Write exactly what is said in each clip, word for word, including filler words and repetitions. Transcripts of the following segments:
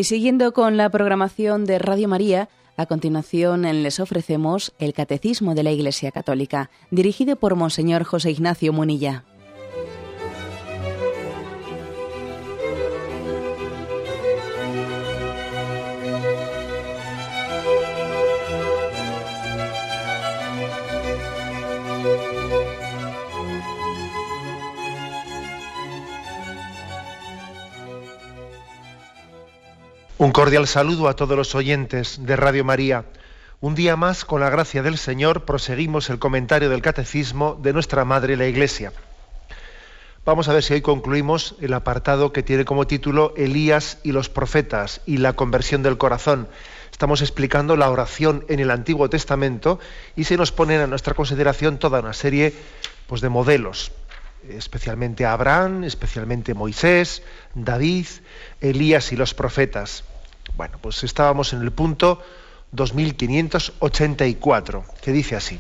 Y siguiendo con la programación de Radio María, a continuación les ofrecemos el Catecismo de la Iglesia Católica, dirigido por Monseñor José Ignacio Munilla. Un cordial saludo a todos los oyentes de Radio María. Un día más, con la gracia del Señor, proseguimos el comentario del Catecismo de nuestra Madre la Iglesia. Vamos a ver si hoy concluimos el apartado que tiene como título Elías y los profetas y la conversión del corazón. Estamos explicando la oración en el Antiguo Testamento y se nos ponen a nuestra consideración toda una serie pues, de modelos, especialmente Abraham, especialmente Moisés, David, Elías y los profetas. Bueno, pues estábamos en el punto dos mil quinientos ochenta y cuatro, que dice así: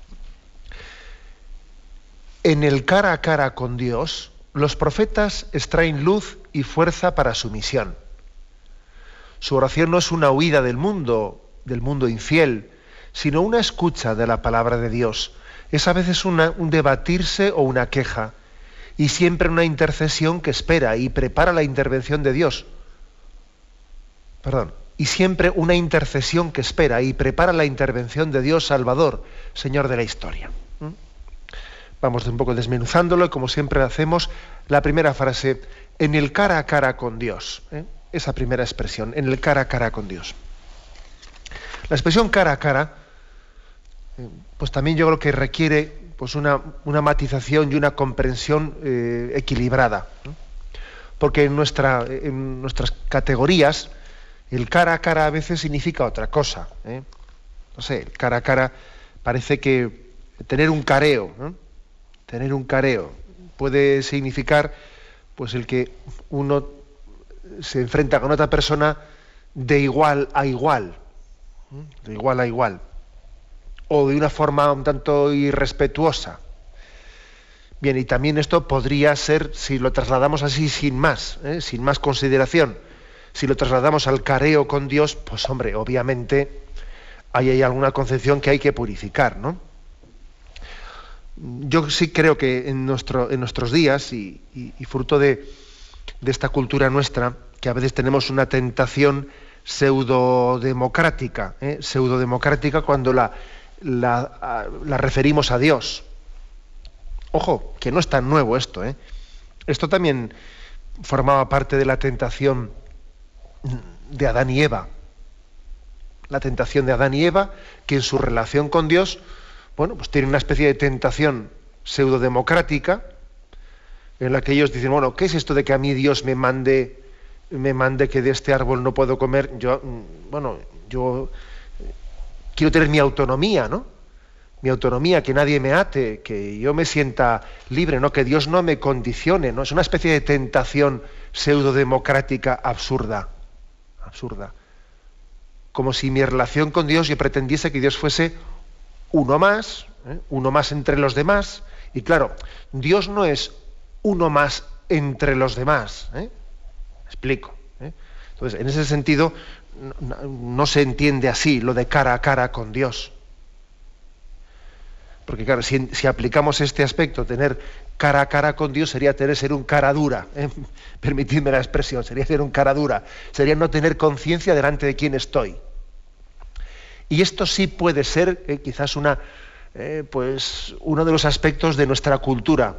en el cara a cara con Dios, los profetas extraen luz y fuerza para su misión. Su oración no es una huida del mundo, del mundo infiel, sino una escucha de la palabra de Dios. Es a veces una, un debatirse o una queja, y siempre una intercesión que espera y prepara la intervención de Dios. Perdón, y siempre una intercesión que espera y prepara la intervención de Dios Salvador, Señor de la historia. ¿Mm? Vamos un poco desmenuzándolo, y como siempre hacemos, la primera frase, en el cara a cara con Dios. ¿eh? Esa primera expresión, en el cara a cara con Dios. La expresión cara a cara, eh, pues también yo creo que requiere pues una, una matización y una comprensión eh, equilibrada. ¿no? Porque en, nuestra, en nuestras categorías, el cara a cara a veces significa otra cosa. ¿eh? No sé, el cara a cara parece que tener un careo, ¿no? tener un careo puede significar pues el que uno se enfrenta con otra persona de igual a igual, ¿eh? de igual a igual, o de una forma un tanto irrespetuosa. Bien, y también esto podría ser, si lo trasladamos así sin más, ¿eh? sin más consideración, si lo trasladamos al careo con Dios, pues hombre, obviamente ahí hay alguna concepción que hay que purificar, ¿no? Yo sí creo que en, nuestro, en nuestros días, y, y, y fruto de, de esta cultura nuestra, que a veces tenemos una tentación pseudodemocrática, ¿eh? pseudodemocrática cuando la, la, la referimos a Dios. Ojo, que no es tan nuevo esto, ¿eh? Esto también formaba parte de la tentación de Adán y Eva. La tentación de Adán y Eva, que en su relación con Dios, bueno, pues tienen una especie de tentación pseudodemocrática, en la que ellos dicen, bueno, ¿qué es esto de que a mí Dios me mande, me mande que de este árbol no puedo comer? Yo, bueno, yo quiero tener mi autonomía, ¿no? Mi autonomía, que nadie me ate, que yo me sienta libre, ¿no? Que Dios no me condicione, ¿no? Es una especie de tentación pseudodemocrática absurda, absurda. Como si mi relación con Dios yo pretendiese que Dios fuese uno más, ¿eh? uno más entre los demás. Y claro, Dios no es uno más entre los demás. ¿eh? Explico. ¿eh? Entonces, en ese sentido, no, no se entiende así lo de cara a cara con Dios. Porque claro, si, si aplicamos este aspecto, tener cara a cara con Dios sería tener ser un cara dura. ¿eh? Permitidme la expresión, sería ser un cara dura. Sería no tener conciencia delante de quién estoy. Y esto sí puede ser eh, quizás una, eh, pues, uno de los aspectos de nuestra cultura.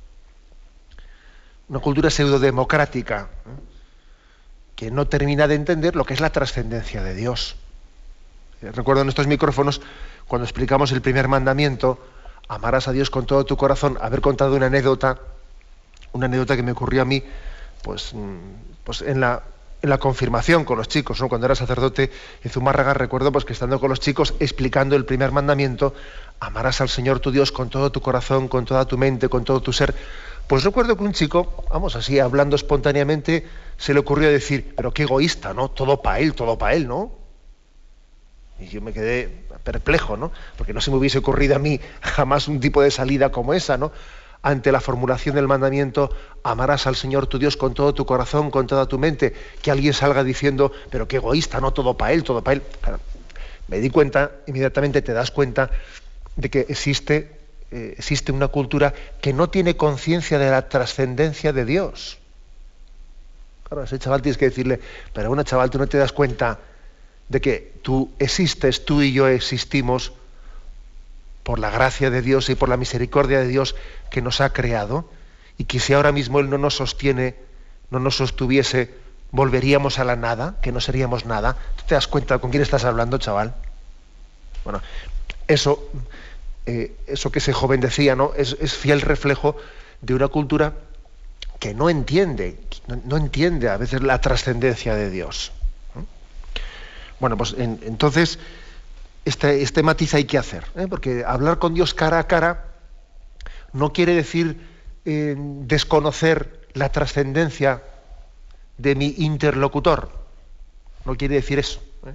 Una cultura pseudodemocrática, ¿eh? que no termina de entender lo que es la trascendencia de Dios. Eh, recuerdo en estos micrófonos, cuando explicamos el primer mandamiento, amarás a Dios con todo tu corazón, haber contado una anécdota, una anécdota que me ocurrió a mí, pues, pues en la... en la confirmación con los chicos, ¿no? Cuando era sacerdote en Zumárraga, recuerdo pues que estando con los chicos explicando el primer mandamiento, amarás al Señor tu Dios con todo tu corazón, con toda tu mente, con todo tu ser. Pues recuerdo que un chico, vamos así, hablando espontáneamente, se le ocurrió decir, pero qué egoísta, ¿no? Todo para él, todo para él, ¿no? Y yo me quedé perplejo, ¿no? Porque no se me hubiese ocurrido a mí jamás un tipo de salida como esa, ¿no? ante la formulación del mandamiento, amarás al Señor tu Dios con todo tu corazón, con toda tu mente, que alguien salga diciendo, pero qué egoísta, no, todo para él, todo para él. Claro, me di cuenta, inmediatamente te das cuenta de que existe, eh, existe una cultura que no tiene conciencia de la trascendencia de Dios. Claro, a ese chaval tienes que decirle, pero bueno, chaval, tú no te das cuenta de que tú existes, tú y yo existimos por la gracia de Dios y por la misericordia de Dios que nos ha creado, y que si ahora mismo Él no nos sostiene, no nos sostuviese, volveríamos a la nada, que no seríamos nada. ¿Tú te das cuenta con quién estás hablando, chaval? Bueno, eso, eh, eso que ese joven decía, ¿no? Es, es fiel reflejo de una cultura que no entiende, no, no entiende a veces la trascendencia de Dios. ¿Eh? Bueno, pues en, entonces este, este matiz hay que hacer, ¿eh? Porque hablar con Dios cara a cara no quiere decir eh, desconocer la trascendencia de mi interlocutor. No quiere decir eso. ¿eh?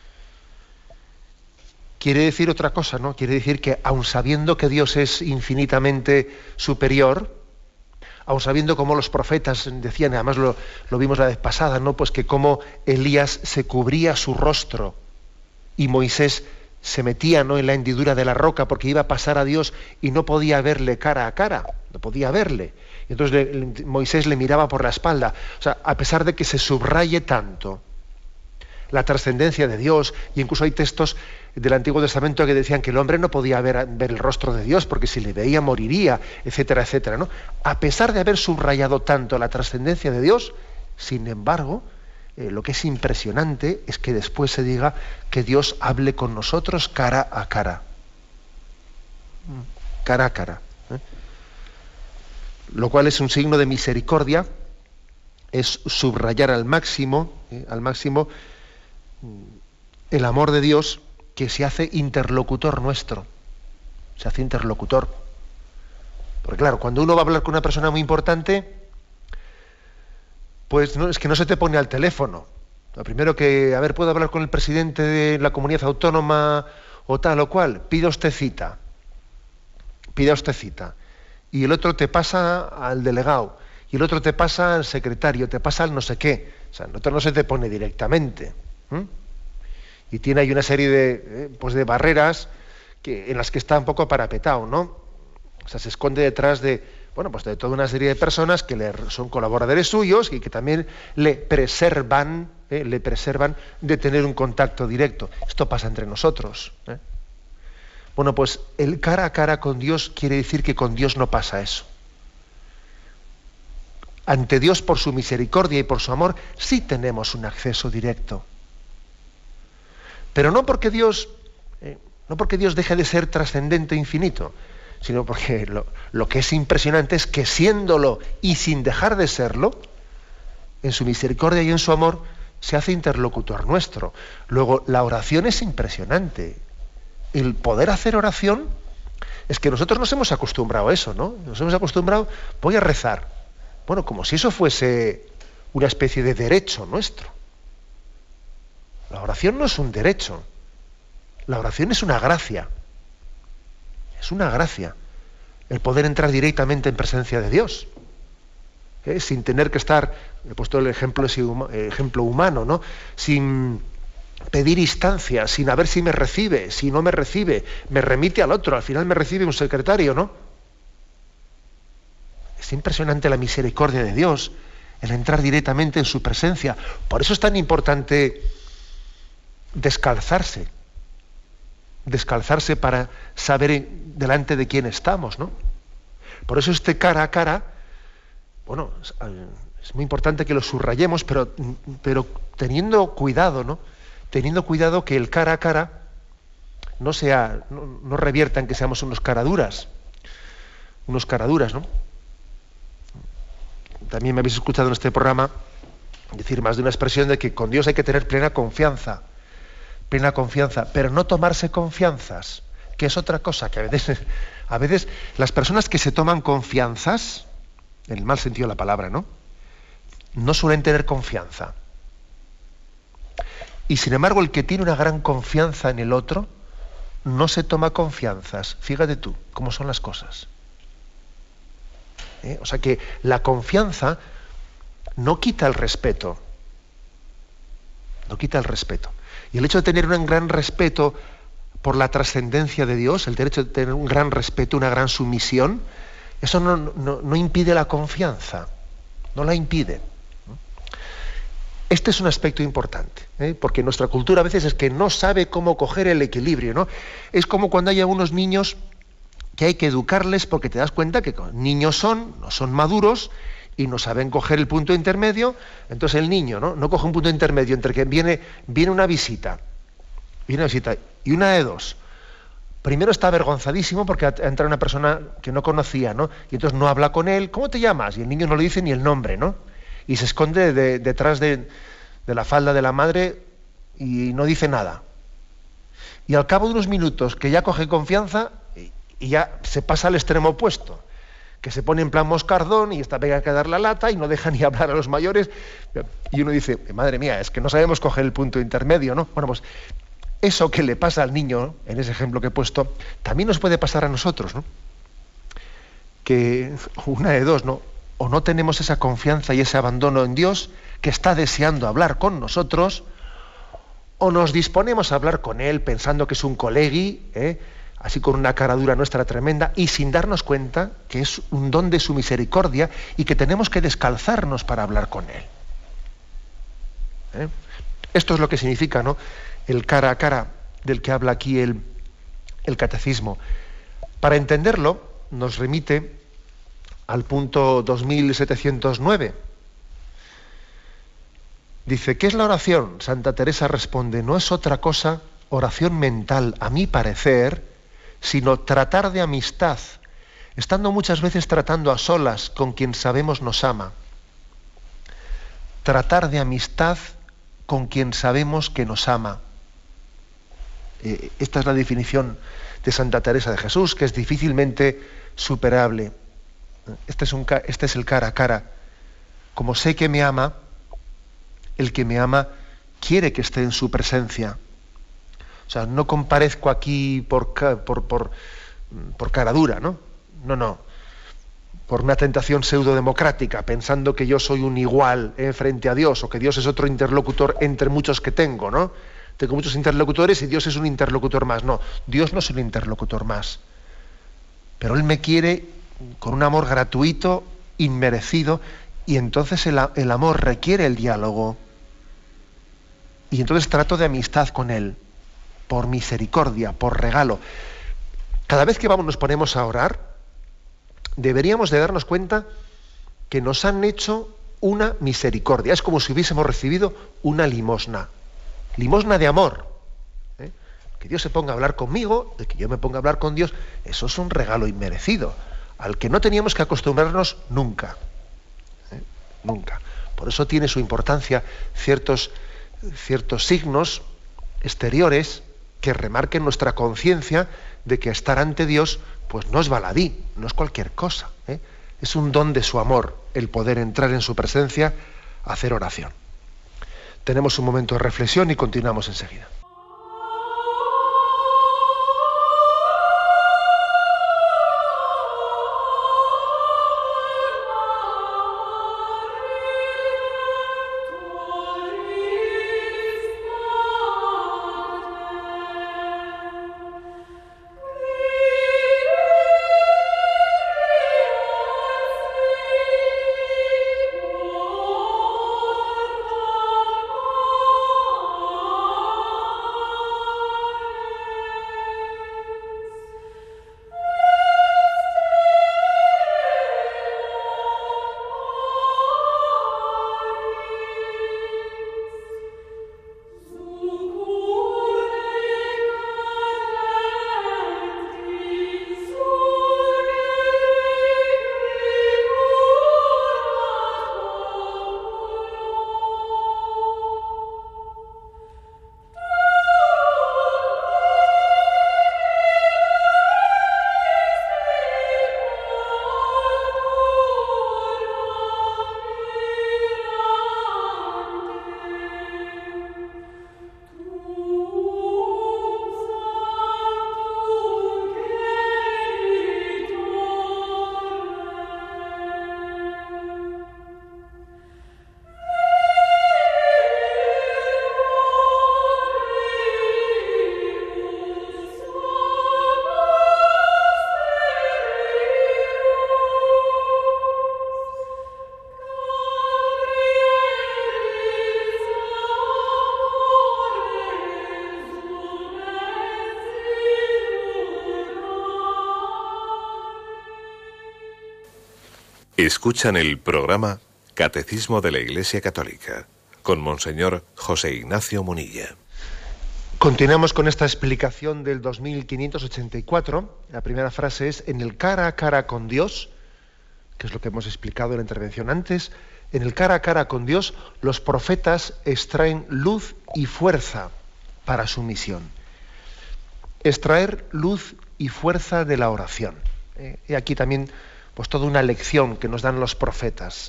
Quiere decir otra cosa, ¿no? Quiere decir que aun sabiendo que Dios es infinitamente superior, aun sabiendo como los profetas decían, además lo, lo vimos la vez pasada, ¿no? Pues que como Elías se cubría su rostro y Moisés se metía, ¿no?, en la hendidura de la roca porque iba a pasar a Dios y no podía verle cara a cara, no podía verle. Y entonces le, Moisés le miraba por la espalda. O sea, a pesar de que se subraye tanto la trascendencia de Dios, y incluso hay textos del Antiguo Testamento que decían que el hombre no podía ver, ver el rostro de Dios porque si le veía moriría, etcétera, etcétera, ¿no? A pesar de haber subrayado tanto la trascendencia de Dios, sin embargo, eh, lo que es impresionante es que después se diga que Dios hable con nosotros cara a cara. Cara a cara. ¿eh? Lo cual es un signo de misericordia, es subrayar al máximo, ¿eh? al máximo el amor de Dios, que se hace interlocutor nuestro, se hace interlocutor. Porque claro, cuando uno va a hablar con una persona muy importante, pues no, es que no se te pone al teléfono. Lo primero que, a ver, ¿puedo hablar con el presidente de la comunidad autónoma o tal o cual? Pida usted cita. Pida usted cita. Y el otro te pasa al delegado, y el otro te pasa al secretario, te pasa al no sé qué. O sea, el otro no se te pone directamente. ¿Mm? Y tiene ahí una serie de, eh, pues de barreras que, en las que está un poco parapetado, ¿no? O sea, se esconde detrás de, bueno, pues de toda una serie de personas que le, son colaboradores suyos y que también le preservan, eh, le preservan de tener un contacto directo. Esto pasa entre nosotros. ¿eh? Bueno, pues el cara a cara con Dios quiere decir que con Dios no pasa eso. Ante Dios, por su misericordia y por su amor, sí tenemos un acceso directo. Pero no porque Dios, eh, no porque Dios deje de ser trascendente e infinito, sino porque lo, lo que es impresionante es que siéndolo y sin dejar de serlo, en su misericordia y en su amor, se hace interlocutor nuestro. Luego, la oración es impresionante. El poder hacer oración es que nosotros nos hemos acostumbrado a eso, ¿no? Nos hemos acostumbrado, voy a rezar. Bueno, como si eso fuese una especie de derecho nuestro. La oración no es un derecho. La oración es una gracia. Es una gracia. El poder entrar directamente en presencia de Dios. ¿Eh? Sin tener que estar, he puesto el ejemplo, el ejemplo humano, ¿no? Sin pedir instancia, sin a ver si me recibe, si no me recibe, me remite al otro, al final me recibe un secretario, ¿no? Es impresionante la misericordia de Dios, el entrar directamente en su presencia. Por eso es tan importante descalzarse, descalzarse para saber delante de quién estamos, ¿no? Por eso este cara a cara, bueno, es muy importante que lo subrayemos, pero, pero teniendo cuidado, ¿no? Teniendo cuidado que el cara a cara no sea, no, no revierta en que seamos unos caraduras, unos caraduras, ¿no? También me habéis escuchado en este programa decir más de una expresión de que con Dios hay que tener plena confianza. Plena confianza, pero no tomarse confianzas, que es otra cosa, que a veces, a veces las personas que se toman confianzas, en el mal sentido de la palabra, ¿no? No suelen tener confianza. Y sin embargo, el que tiene una gran confianza en el otro, no se toma confianzas. Fíjate tú, cómo son las cosas. ¿eh? O sea que la confianza no quita el respeto. No quita el respeto. Y el hecho de tener un gran respeto por la trascendencia de Dios, el derecho de tener un gran respeto, una gran sumisión, eso no, no, no impide la confianza. No la impide. Este es un aspecto importante, ¿eh? Porque nuestra cultura a veces es que no sabe cómo coger el equilibrio, ¿no? Es como cuando hay unos niños que hay que educarles porque te das cuenta que niños son, no son maduros y no saben coger el punto intermedio. Entonces el niño no, no coge un punto intermedio entre que viene, viene una visita, viene una visita y una de dos. Primero está avergonzadísimo porque entra una persona que no conocía, ¿no? Y entonces no habla con él. ¿Cómo te llamas? Y el niño no le dice ni el nombre, ¿no? Y se esconde de, detrás de, de la falda de la madre y no dice nada. Y al cabo de unos minutos que ya coge confianza y, y ya se pasa al extremo opuesto, que se pone en plan moscardón y está pega a dar la lata y no deja ni hablar a los mayores. Y uno dice, madre mía, es que no sabemos coger el punto intermedio, ¿no? Bueno, pues eso que le pasa al niño, ¿no?, en ese ejemplo que he puesto, también nos puede pasar a nosotros, ¿no? Que una de dos, ¿no? O no tenemos esa confianza y ese abandono en Dios, que está deseando hablar con nosotros, o nos disponemos a hablar con Él pensando que es un colegui, ¿eh?, así con una cara dura nuestra tremenda, y sin darnos cuenta que es un don de su misericordia y que tenemos que descalzarnos para hablar con Él. ¿Eh? Esto es lo que significa, ¿no?, el cara a cara del que habla aquí el, el catecismo. Para entenderlo, nos remite al punto dos mil setecientos nueve. Dice, ¿qué es la oración? Santa Teresa responde, no es otra cosa, oración mental, a mi parecer, sino tratar de amistad, estando muchas veces tratando a solas con quien sabemos nos ama. Tratar de amistad con quien sabemos que nos ama. Eh, esta es la definición de Santa Teresa de Jesús, que es difícilmente superable. Este es, un, este es el cara a cara. Como sé que me ama, el que me ama quiere que esté en su presencia. O sea, no comparezco aquí por, por, por, por cara dura, ¿no? No, no. Por una tentación pseudodemocrática, pensando que yo soy un igual eh, frente a Dios, o que Dios es otro interlocutor entre muchos que tengo, ¿no? Tengo muchos interlocutores y Dios es un interlocutor más. No, Dios no es un interlocutor más. Pero Él me quiere con un amor gratuito, inmerecido, y entonces el, el amor requiere el diálogo. Y entonces trato de amistad con Él, por misericordia, por regalo. Cada vez que vamos, nos ponemos a orar, deberíamos de darnos cuenta que nos han hecho una misericordia. Es como si hubiésemos recibido una limosna. Limosna de amor. ¿Eh? Que Dios se ponga a hablar conmigo, de que yo me ponga a hablar con Dios, eso es un regalo inmerecido, al que no teníamos que acostumbrarnos nunca. ¿Eh? Nunca. Por eso tiene su importancia ciertos, ciertos signos exteriores que remarquen nuestra conciencia de que estar ante Dios pues no es baladí, no es cualquier cosa, ¿eh? Es un don de su amor el poder entrar en su presencia, hacer oración. Tenemos un momento de reflexión y continuamos enseguida. Escuchan el programa Catecismo de la Iglesia Católica con Monseñor José Ignacio Munilla. Continuamos con esta explicación del dos mil quinientos ochenta y cuatro. La primera frase es: en el cara a cara con Dios, que es lo que hemos explicado en la intervención antes, en el cara a cara con Dios, los profetas extraen luz y fuerza para su misión. Extraer luz y fuerza de la oración. Eh, y aquí también, pues, toda una lección que nos dan los profetas.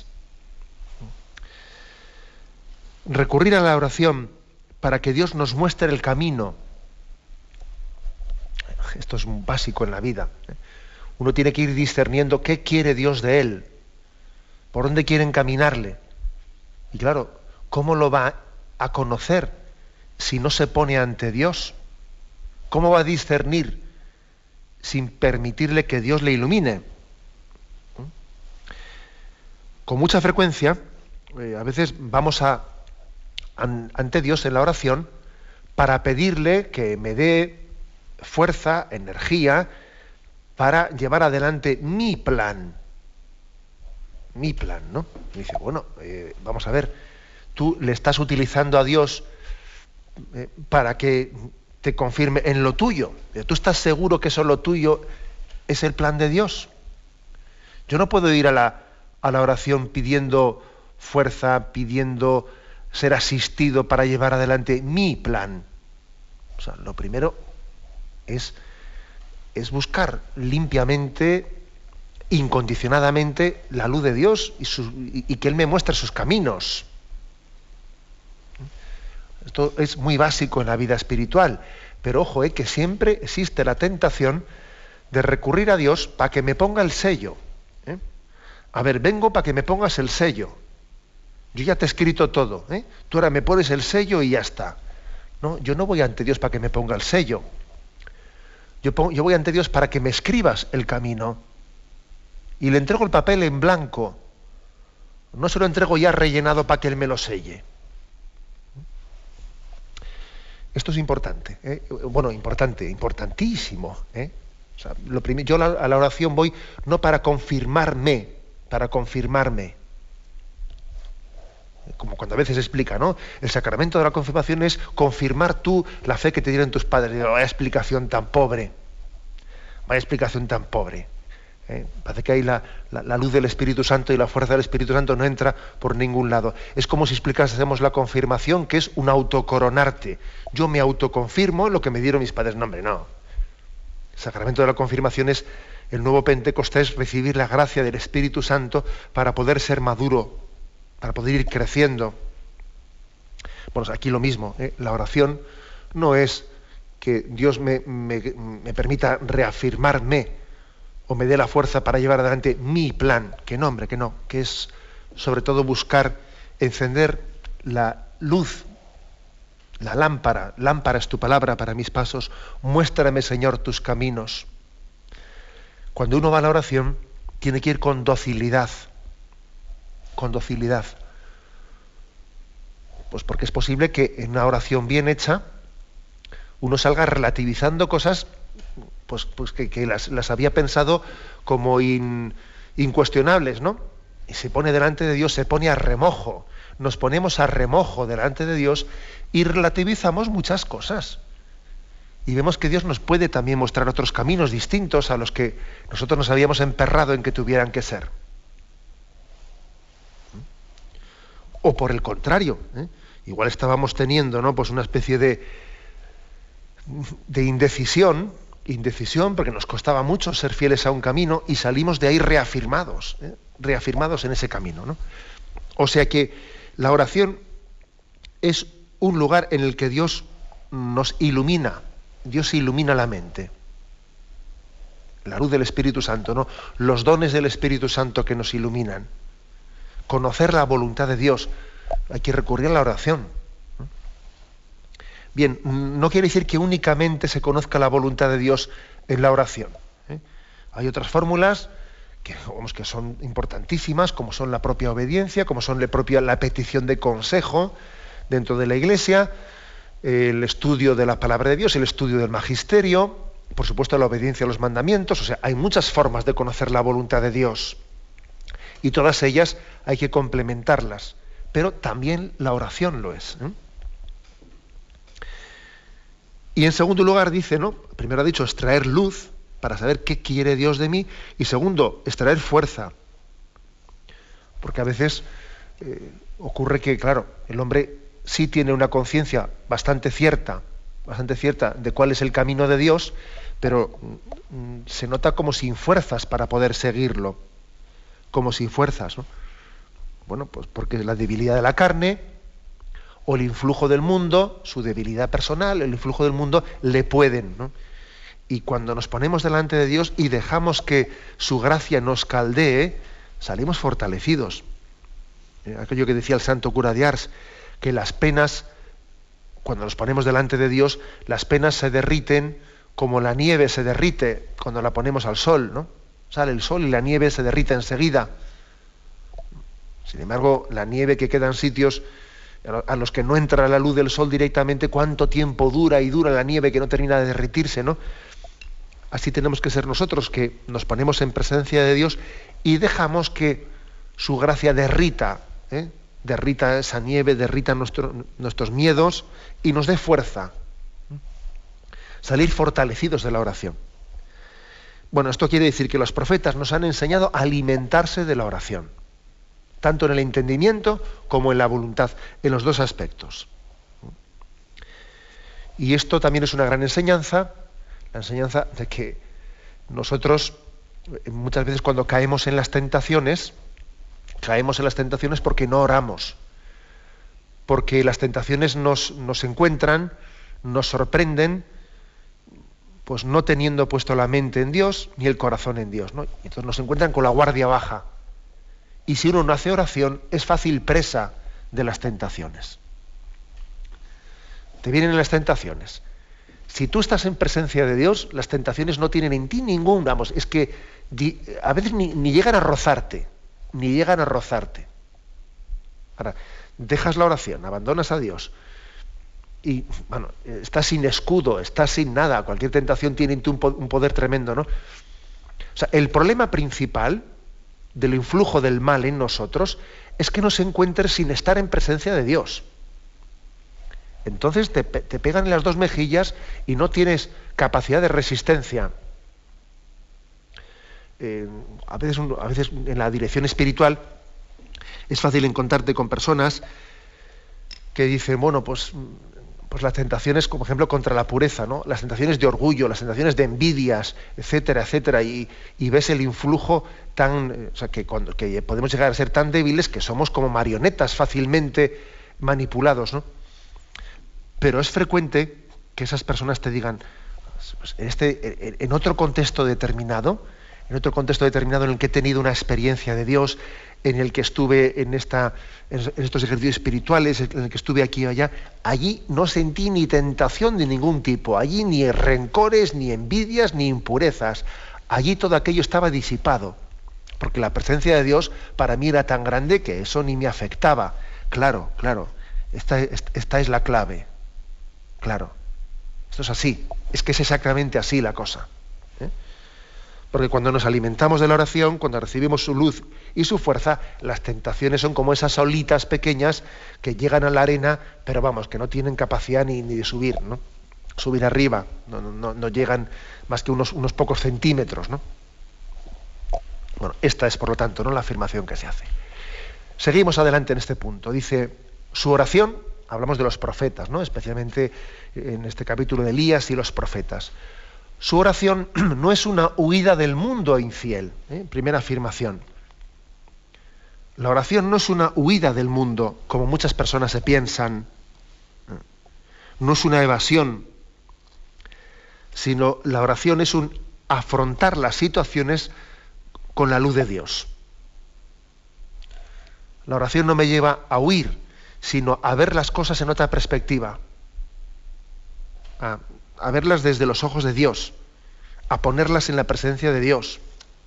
Recurrir a la oración para que Dios nos muestre el camino. Esto es básico en la vida. Uno tiene que ir discerniendo qué quiere Dios de él, por dónde quiere encaminarle. Y claro, ¿cómo lo va a conocer si no se pone ante Dios? ¿Cómo va a discernir sin permitirle que Dios le ilumine? Con mucha frecuencia, eh, a veces vamos a, an, ante Dios en la oración para pedirle que me dé fuerza, energía, para llevar adelante mi plan. Mi plan, ¿no? Y dice, bueno, eh, vamos a ver, tú le estás utilizando a Dios eh, para que te confirme en lo tuyo. ¿Tú estás seguro que eso lo tuyo es el plan de Dios? Yo no puedo ir a la, a la oración pidiendo fuerza, pidiendo ser asistido para llevar adelante mi plan. O sea, lo primero es, es buscar limpiamente, incondicionadamente, la luz de Dios y, su, y, y que Él me muestre sus caminos. Esto es muy básico en la vida espiritual, pero ojo, eh, que siempre existe la tentación de recurrir a Dios para que me ponga el sello. ¿eh? A ver, vengo para que me pongas el sello. Yo ya te he escrito todo, ¿eh? Tú ahora me pones el sello y ya está. No, yo no voy ante Dios para que me ponga el sello. Yo, pongo, yo voy ante Dios para que me escribas el camino. Y le entrego el papel en blanco. No se lo entrego ya rellenado para que Él me lo selle. Esto es importante, ¿eh? Bueno, importante, importantísimo. ¿eh? O sea, lo prim- yo la, a la oración voy no para confirmarme, para confirmarme. Como cuando a veces se explica, ¿no? El sacramento de la confirmación es confirmar tú la fe que te dieron tus padres. Digo, vaya explicación tan pobre, vaya explicación tan pobre. Eh, parece que ahí la, la, la luz del Espíritu Santo y la fuerza del Espíritu Santo no entra por ningún lado. Es como si explicásemos la confirmación, que es un autocoronarte. Yo me autoconfirmo lo que me dieron mis padres. No, hombre, no. El sacramento de la confirmación es el nuevo Pentecostés, recibir la gracia del Espíritu Santo para poder ser maduro, para poder ir creciendo. Bueno, aquí lo mismo. ¿eh? La oración no es que Dios me, me, me permita reafirmarme o me dé la fuerza para llevar adelante mi plan, que no, hombre, que no, que es sobre todo buscar encender la luz, la lámpara. Lámpara es tu palabra para mis pasos, muéstrame, Señor, tus caminos. Cuando uno va a la oración, tiene que ir con docilidad, con docilidad. Pues porque es posible que en una oración bien hecha, uno salga relativizando cosas pues, pues que, que las, las había pensado como in, incuestionables, ¿no? Y se pone delante de Dios, se pone a remojo. Nos ponemos a remojo delante de Dios y relativizamos muchas cosas. Y vemos que Dios nos puede también mostrar otros caminos distintos a los que nosotros nos habíamos emperrado en que tuvieran que ser. O por el contrario, ¿eh? igual estábamos teniendo, ¿no? pues una especie de, de indecisión, indecisión porque nos costaba mucho ser fieles a un camino y salimos de ahí reafirmados, ¿eh? reafirmados en ese camino, ¿no? O sea que la oración es un lugar en el que Dios nos ilumina, Dios ilumina la mente. La luz del Espíritu Santo, ¿no? Los dones del Espíritu Santo que nos iluminan. Conocer la voluntad de Dios. Hay que recurrir a la oración. Bien, no quiere decir que únicamente se conozca la voluntad de Dios en la oración. ¿eh? Hay otras fórmulas que, vamos, que son importantísimas, como son la propia obediencia, como son la propia la petición de consejo dentro de la Iglesia, el estudio de la palabra de Dios, el estudio del magisterio, por supuesto la obediencia a los mandamientos. O sea, hay muchas formas de conocer la voluntad de Dios. y todas ellas hay que complementarlas, pero también la oración lo es, ¿eh? Y en segundo lugar dice, ¿no? Primero ha dicho extraer luz para saber qué quiere Dios de mí, y segundo, extraer fuerza. Porque a veces eh, ocurre que, claro, el hombre sí tiene una conciencia bastante cierta, bastante cierta de cuál es el camino de Dios, pero mm, se nota como sin fuerzas para poder seguirlo, como sin fuerzas, ¿no? Bueno, pues porque la debilidad de la carne, o el influjo del mundo, su debilidad personal, el influjo del mundo, le pueden, ¿no? Y cuando nos ponemos delante de Dios y dejamos que su gracia nos caldee, salimos fortalecidos. Eh, aquello que decía el santo cura de Ars, que las penas, cuando nos ponemos delante de Dios, las penas se derriten como la nieve se derrite cuando la ponemos al sol, ¿no? Sale el sol y la nieve se derrite enseguida. Sin embargo, la nieve que queda en sitios a los que no entra la luz del sol directamente, cuánto tiempo dura y dura la nieve que no termina de derretirse, ¿no? Así tenemos que ser nosotros, que nos ponemos en presencia de Dios y dejamos que su gracia derrita, ¿eh? derrita esa nieve, derrita nuestro, nuestros miedos y nos dé fuerza. Salir fortalecidos de la oración. Bueno, esto quiere decir que los profetas nos han enseñado a alimentarse de la oración, tanto en el entendimiento como en la voluntad, en los dos aspectos. Y esto también es una gran enseñanza, la enseñanza de que nosotros muchas veces cuando caemos en las tentaciones, caemos en las tentaciones porque no oramos, porque las tentaciones nos, nos encuentran, nos sorprenden, pues no teniendo puesto la mente en Dios ni el corazón en Dios, ¿no? Y entonces nos encuentran con la guardia baja. Y si uno no hace oración, es fácil presa de las tentaciones. Te vienen las tentaciones. Si tú estás en presencia de Dios, las tentaciones no tienen en ti ningún, vamos, es que a veces ni, ni llegan a rozarte, ni llegan a rozarte. Ahora, dejas la oración, abandonas a Dios, y bueno, estás sin escudo, estás sin nada, cualquier tentación tiene en ti un poder tremendo, ¿no? O sea, el problema principal del influjo del mal en nosotros es que nos encuentres sin estar en presencia de Dios. Entonces te, te pegan en las dos mejillas y no tienes capacidad de resistencia. Eh, a veces, a veces en la dirección espiritual es fácil encontrarte con personas que dicen, bueno, pues, pues las tentaciones, como ejemplo, contra la pureza, ¿no? Las tentaciones de orgullo, las tentaciones de envidias, etcétera, etcétera, y, y ves el influjo tan, o sea, que, cuando, que podemos llegar a ser tan débiles que somos como marionetas fácilmente manipulados, ¿no? Pero es frecuente que esas personas te digan, pues, en, este, en otro contexto determinado, en otro contexto determinado en el que he tenido una experiencia de Dios, en el que estuve en, esta, en estos ejercicios espirituales, en el que estuve aquí y allá, allí no sentí ni tentación de ningún tipo, allí ni rencores, ni envidias, ni impurezas, allí todo aquello estaba disipado, porque la presencia de Dios para mí era tan grande que eso ni me afectaba. Claro, claro, esta, esta es la clave, claro, esto es así, es que es exactamente así la cosa. Porque cuando nos alimentamos de la oración, cuando recibimos su luz y su fuerza, las tentaciones son como esas olitas pequeñas que llegan a la arena, pero vamos, que no tienen capacidad ni, ni de subir, ¿no? Subir arriba, no, no, no llegan más que unos, unos pocos centímetros, ¿no? Bueno, esta es por lo tanto, ¿no?, la afirmación que se hace. Seguimos adelante en este punto. Dice, su oración, hablamos de los profetas, ¿no?, especialmente en este capítulo de Elías y los profetas. Su oración no es una huida del mundo infiel. ¿eh? Primera afirmación. La oración no es una huida del mundo, como muchas personas se piensan. No es una evasión, sino la oración es un afrontar las situaciones con la luz de Dios. La oración no me lleva a huir, sino a ver las cosas en otra perspectiva. A, a verlas desde los ojos de Dios, a ponerlas en la presencia de Dios.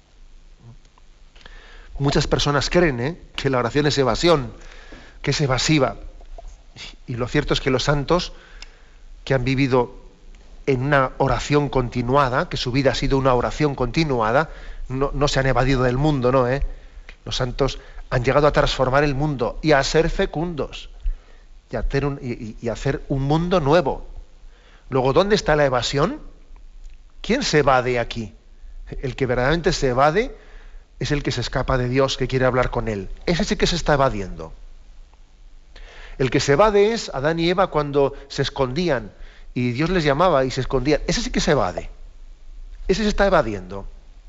Muchas personas creen ¿eh? que la oración es evasión, que es evasiva. Y lo cierto es que los santos que han vivido en una oración continuada, que su vida ha sido una oración continuada, no, no se han evadido del mundo, ¿no? ¿eh? Los santos han llegado a transformar el mundo y a ser fecundos y a hacer un, y, y hacer un mundo nuevo. Luego, ¿dónde está la evasión? ¿Quién se evade aquí? El que verdaderamente se evade es el que se escapa de Dios, que quiere hablar con él. Ese sí que se está evadiendo. El que se evade es Adán y Eva cuando se escondían y Dios les llamaba y se escondían. Ese sí que se evade. Ese se está evadiendo.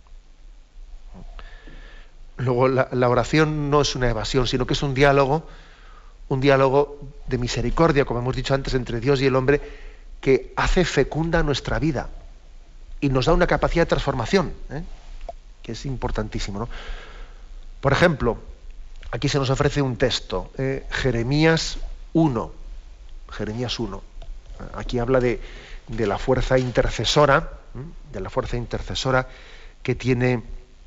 Luego, la, la oración no es una evasión, sino que es un diálogo, un diálogo de misericordia, como hemos dicho antes, entre Dios y el hombre, que hace fecunda nuestra vida y nos da una capacidad de transformación, ¿eh? que es importantísimo, ¿no? Por ejemplo, aquí se nos ofrece un texto, eh, Jeremías uno. Jeremías uno. Aquí habla de, de la fuerza intercesora, ¿eh? de la fuerza intercesora que tiene,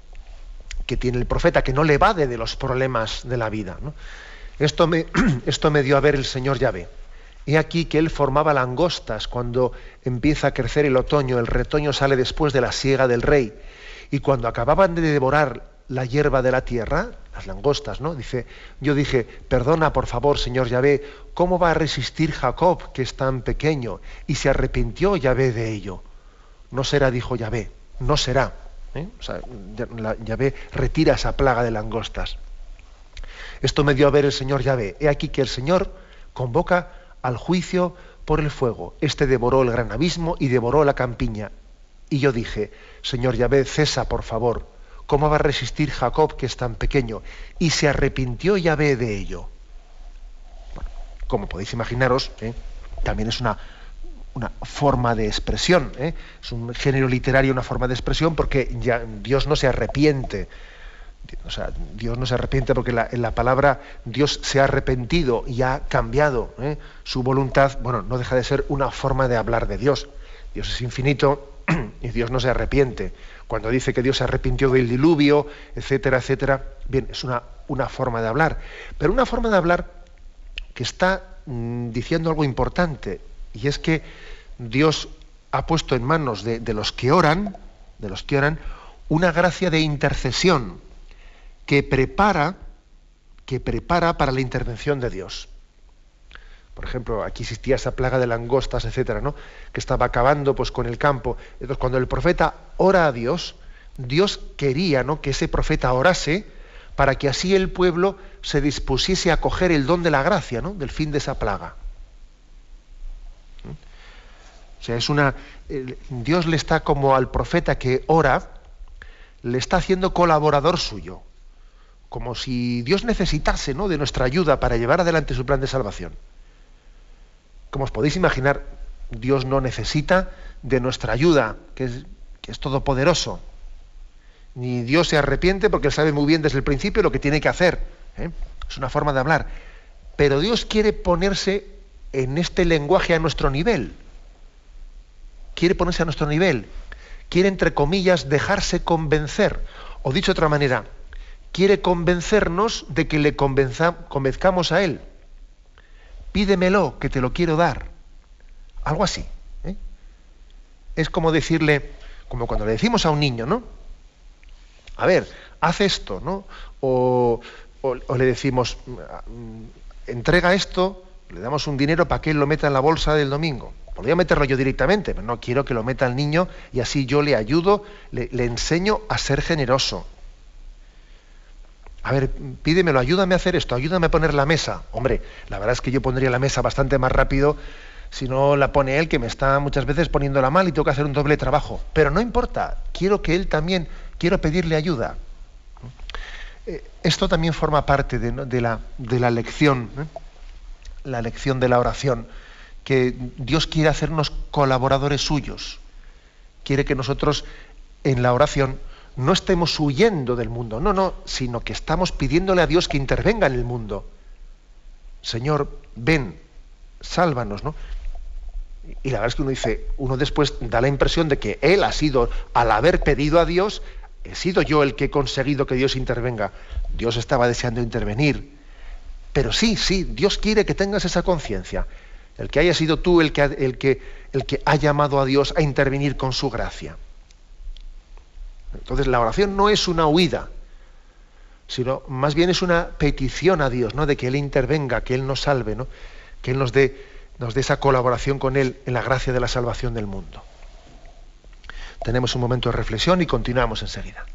que tiene el profeta, que no le evade de los problemas de la vida, ¿no? Esto me, esto me dio a ver el Señor Yahvé. He aquí que él formaba langostas cuando empieza a crecer el otoño, el retoño sale después de la siega del rey, y cuando acababan de devorar la hierba de la tierra, las langostas, ¿no? Dice, yo dije, perdona por favor, Señor Yahvé, ¿cómo va a resistir Jacob, que es tan pequeño? Y se arrepintió Yahvé de ello. No será, dijo Yahvé, no será. ¿Eh? O sea, Yahvé retira esa plaga de langostas. Esto me dio a ver el Señor Yahvé. He aquí que el Señor convoca al juicio por el fuego. Este devoró el gran abismo y devoró la campiña. Y yo dije, Señor Yahvé, cesa, por favor. ¿Cómo va a resistir Jacob, que es tan pequeño? Y se arrepintió Yahvé de ello. Bueno, como podéis imaginaros, ¿eh? también es una, una forma de expresión. ¿eh? Es un género literario, una forma de expresión, porque ya Dios no se arrepiente. O sea, Dios no se arrepiente porque la, en la palabra Dios se ha arrepentido y ha cambiado ¿eh? su voluntad. Bueno, no deja de ser una forma de hablar de Dios. Dios es infinito y Dios no se arrepiente. Cuando dice que Dios se arrepintió del diluvio, etcétera, etcétera, bien, es una, una forma de hablar. Pero una forma de hablar que está mmm, diciendo algo importante, y es que Dios ha puesto en manos de, de los que oran, de los que oran, una gracia de intercesión que prepara, que prepara para la intervención de Dios. Por ejemplo, aquí existía esa plaga de langostas, etcétera, ¿no? que estaba acabando pues, con el campo. Entonces, cuando el profeta ora a Dios, Dios quería, ¿no? que ese profeta orase para que así el pueblo se dispusiese a coger el don de la gracia, ¿no? del fin de esa plaga. ¿Mm? O sea, es una, eh, Dios le está como al profeta que ora, le está haciendo colaborador suyo, como si Dios necesitase, ¿no? de nuestra ayuda para llevar adelante su plan de salvación. Como os podéis imaginar, Dios no necesita de nuestra ayuda, que es, que es todopoderoso. Ni Dios se arrepiente porque Él sabe muy bien desde el principio lo que tiene que hacer. ¿eh? Es una forma de hablar. Pero Dios quiere ponerse en este lenguaje a nuestro nivel. Quiere ponerse a nuestro nivel. Quiere, entre comillas, dejarse convencer. O dicho de otra manera, quiere convencernos de que le convenza, convenzcamos a Él. Pídemelo, que te lo quiero dar. Algo así. ¿eh? Es como decirle, como cuando le decimos a un niño, ¿no? A ver, haz esto, ¿no? O, o, o le decimos, entrega esto, le damos un dinero para que él lo meta en la bolsa del domingo. Podría meterlo yo directamente, pero no quiero que lo meta el niño y así yo le ayudo, le, le enseño a ser generoso. A ver, pídemelo, ayúdame a hacer esto, ayúdame a poner la mesa. Hombre, la verdad es que yo pondría la mesa bastante más rápido si no la pone él, que me está muchas veces poniéndola mal y tengo que hacer un doble trabajo. Pero no importa, quiero que él también, quiero pedirle ayuda. Eh, esto también forma parte de, ¿no? de, la, de la lección, ¿eh? la lección de la oración, que Dios quiere hacernos colaboradores suyos. Quiere que nosotros en la oración no estemos huyendo del mundo, no, no, sino que estamos pidiéndole a Dios que intervenga en el mundo. Señor, ven, sálvanos, ¿no? Y la verdad es que uno dice, uno después da la impresión de que él ha sido, al haber pedido a Dios, he sido yo el que he conseguido que Dios intervenga. Dios estaba deseando intervenir. Pero sí, sí, Dios quiere que tengas esa conciencia. El que haya sido tú el que, el que, el que ha llamado a Dios a intervenir con su gracia. Entonces la oración no es una huida. sino más bien es una petición a Dios, ¿no? De que Él intervenga, que Él nos salve, ¿no? Que Él nos dé, nos dé esa colaboración con Él en la gracia de la salvación del mundo. Tenemos un momento de reflexión y continuamos enseguida.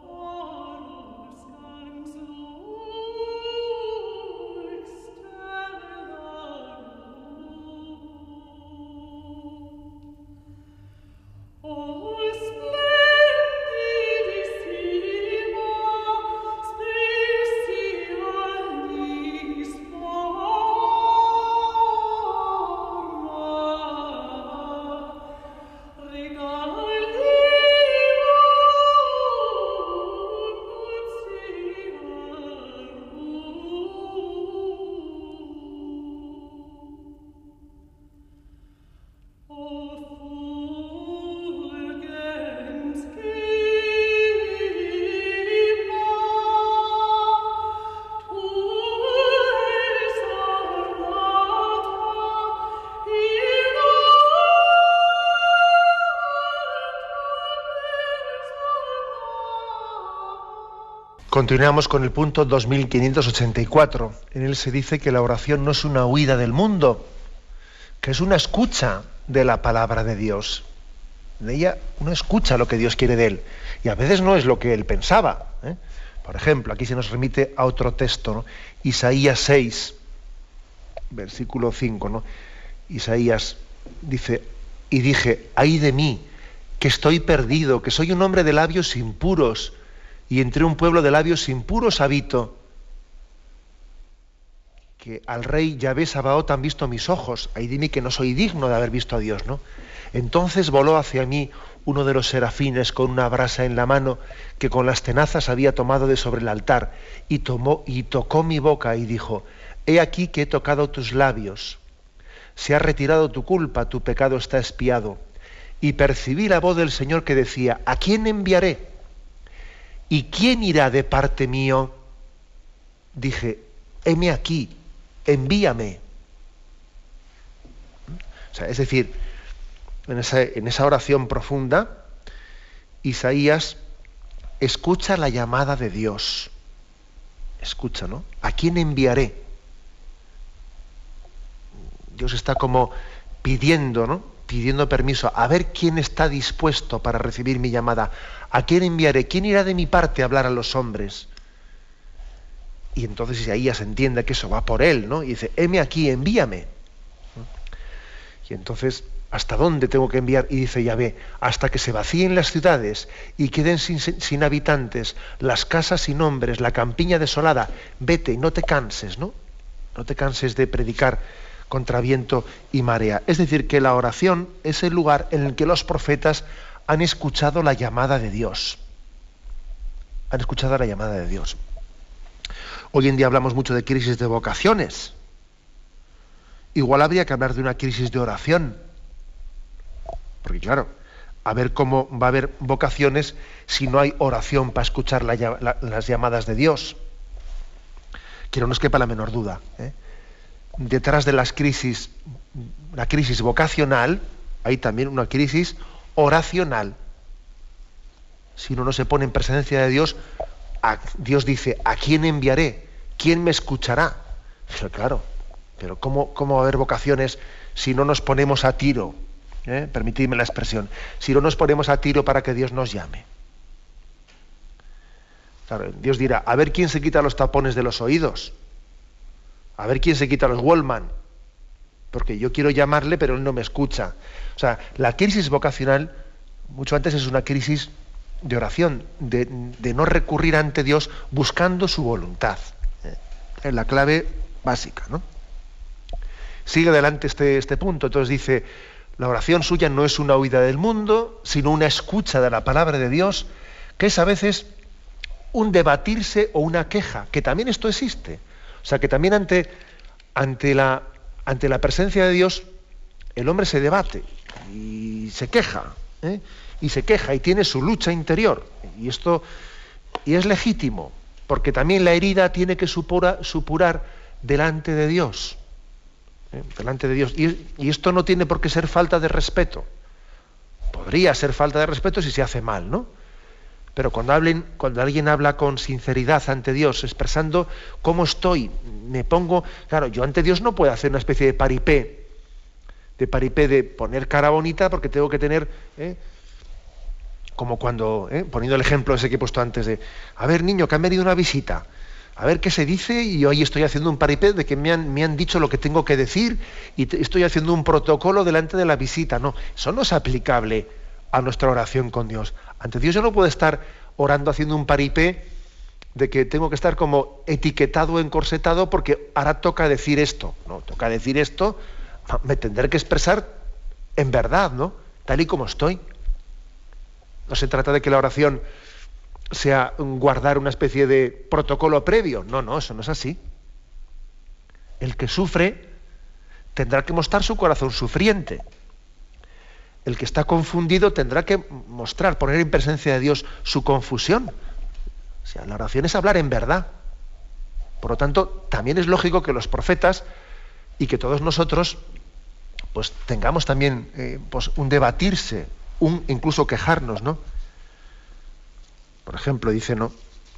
Continuamos con el punto dos mil quinientos ochenta y cuatro. En él se dice que la oración no es una huida del mundo, que es una escucha de la palabra de Dios. En ella uno escucha lo que Dios quiere de él, y a veces no es lo que él pensaba, ¿eh? Por ejemplo, aquí se nos remite a otro texto, ¿no? Isaías seis, versículo cinco, ¿no? Isaías dice, y dije, ay de mí, que estoy perdido, que soy un hombre de labios impuros, y entre un pueblo de labios impuros habito. Que al rey Yahvé Sabaoth han visto mis ojos, ay de mí que no soy digno de haber visto a Dios, ¿no? Entonces voló hacia mí uno de los serafines con una brasa en la mano que con las tenazas había tomado de sobre el altar, y tomó y tocó mi boca y dijo, he aquí que he tocado tus labios, se ha retirado tu culpa, tu pecado está expiado. Y percibí la voz del Señor que decía, ¿a quién enviaré? ¿Y quién irá de parte mío? Dije, heme aquí, envíame. O sea, es decir, en esa, en esa oración profunda, Isaías escucha la llamada de Dios. Escucha, ¿no? ¿A quién enviaré? Dios está como pidiendo, ¿no? Pidiendo permiso, a ver quién está dispuesto para recibir mi llamada. ¿A quién enviaré? ¿Quién irá de mi parte a hablar a los hombres? Y entonces Isaías entiende que eso va por él, ¿no? Y dice, heme aquí, envíame. Y entonces, ¿hasta dónde tengo que enviar? Y dice Yahvé, hasta que se vacíen las ciudades y queden sin, sin habitantes, las casas sin hombres, la campiña desolada. Vete y no te canses, ¿no? No te canses de predicar contra viento y marea. Es decir, que la oración es el lugar en el que los profetas han escuchado la llamada de Dios. Han escuchado la llamada de Dios. Hoy en día hablamos mucho de crisis de vocaciones. Igual habría que hablar de una crisis de oración. Porque claro, a ver cómo va a haber vocaciones si no hay oración para escuchar la, la, las llamadas de Dios. Que no nos quepa la menor duda, ¿eh? Detrás de las crisis, la crisis vocacional, hay también una crisis oracional. Si uno no se pone en presencia de Dios, a, Dios dice, ¿a quién enviaré? ¿Quién me escuchará? Pero claro, pero ¿cómo, cómo va a haber vocaciones si no nos ponemos a tiro? ¿Eh? Permitidme la expresión. Si no nos ponemos a tiro para que Dios nos llame. Claro, Dios dirá, a ver quién se quita los tapones de los oídos. A ver quién se quita los Wallman, porque yo quiero llamarle, pero él no me escucha. O sea, la crisis vocacional, mucho antes es una crisis de oración, de, de no recurrir ante Dios buscando su voluntad. Eh, es la clave básica, ¿no? Sigue adelante este, este punto, entonces dice, la oración suya no es una huida del mundo, sino una escucha de la palabra de Dios, que es a veces un debatirse o una queja, que también esto existe. O sea, que también ante, ante, la, ante la presencia de Dios, el hombre se debate y se queja, ¿eh? y se queja y tiene su lucha interior. Y esto y es legítimo, porque también la herida tiene que supura, supurar delante de Dios. ¿eh? Delante de Dios. Y, y esto no tiene por qué ser falta de respeto. Podría ser falta de respeto si se hace mal, ¿no? Pero cuando, hablen, cuando alguien habla con sinceridad ante Dios, expresando cómo estoy, me pongo... Claro, yo ante Dios no puedo hacer una especie de paripé, de paripé de poner cara bonita porque tengo que tener... ¿eh? Como cuando, ¿eh? poniendo el ejemplo ese que he puesto antes de, a ver, niño, que han venido una visita, a ver qué se dice, y yo ahí estoy haciendo un paripé de que me han, me han dicho lo que tengo que decir y te, estoy haciendo un protocolo delante de la visita. No, eso no es aplicable a nuestra oración con Dios. Ante Dios yo no puedo estar orando haciendo un paripé de que tengo que estar como etiquetado, encorsetado, porque ahora toca decir esto. No, toca decir esto, me tendré que expresar en verdad, ¿no? Tal y como estoy. No se trata de que la oración sea guardar una especie de protocolo previo. No, no, eso no es así. El que sufre tendrá que mostrar su corazón sufriente. El que está confundido tendrá que mostrar, poner en presencia de Dios su confusión. O sea, la oración es hablar en verdad. Por lo tanto, también es lógico que los profetas y que todos nosotros pues tengamos también eh, pues, un debatirse, un incluso quejarnos, ¿no? Por ejemplo, dice, ¿no?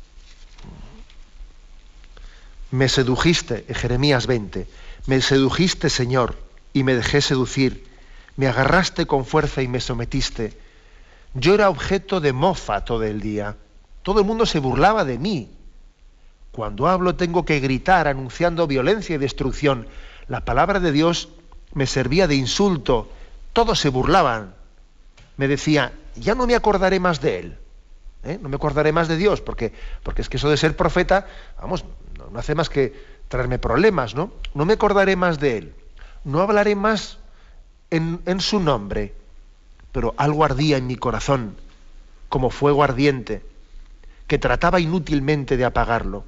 Me sedujiste, en Jeremías veinte, me sedujiste, Señor, y me dejé seducir. Me agarraste con fuerza y me sometiste. Yo era objeto de mofa todo el día. Todo el mundo se burlaba de mí. Cuando hablo tengo que gritar anunciando violencia y destrucción. La palabra de Dios me servía de insulto. Todos se burlaban. Me decía, ya no me acordaré más de él. ¿Eh? No me acordaré más de Dios, porque, porque es que eso de ser profeta, vamos, no, no hace más que traerme problemas, ¿no? No me acordaré más de él. No hablaré más en, en su nombre. Pero algo ardía en mi corazón, como fuego ardiente, que trataba inútilmente de apagarlo.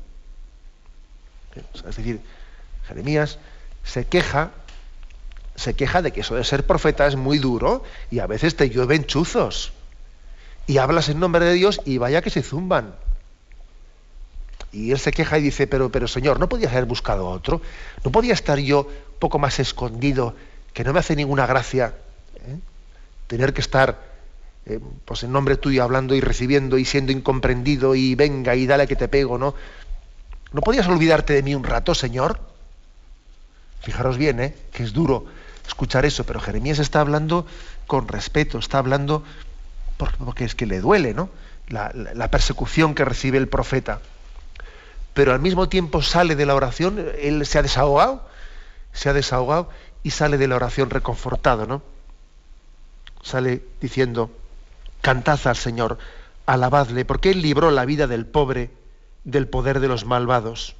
Es decir, Jeremías se queja, se queja de que eso de ser profeta es muy duro y a veces te llueven chuzos. Y hablas en nombre de Dios y vaya que se zumban. Y él se queja y dice, pero, pero Señor, ¿no podías haber buscado otro? ¿No podía estar yo poco más escondido, que no me hace ninguna gracia ¿eh? tener que estar eh, pues en nombre tuyo hablando y recibiendo y siendo incomprendido y venga y dale que te pego, ¿no? ¿No podías olvidarte de mí un rato, Señor? Fijaros bien, ¿eh? que es duro escuchar eso, pero Jeremías está hablando con respeto, está hablando porque es que le duele, ¿no? La, la, la persecución que recibe el profeta. Pero al mismo tiempo sale de la oración, él se ha desahogado, se ha desahogado y sale de la oración reconfortado, ¿no? Sale diciendo, cantad al Señor, alabadle, porque él libró la vida del pobre del poder de los malvados.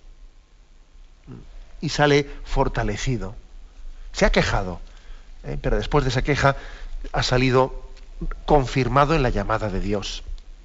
Y sale fortalecido. Se ha quejado, ¿eh? pero después de esa queja ha salido confirmado en la llamada de Dios.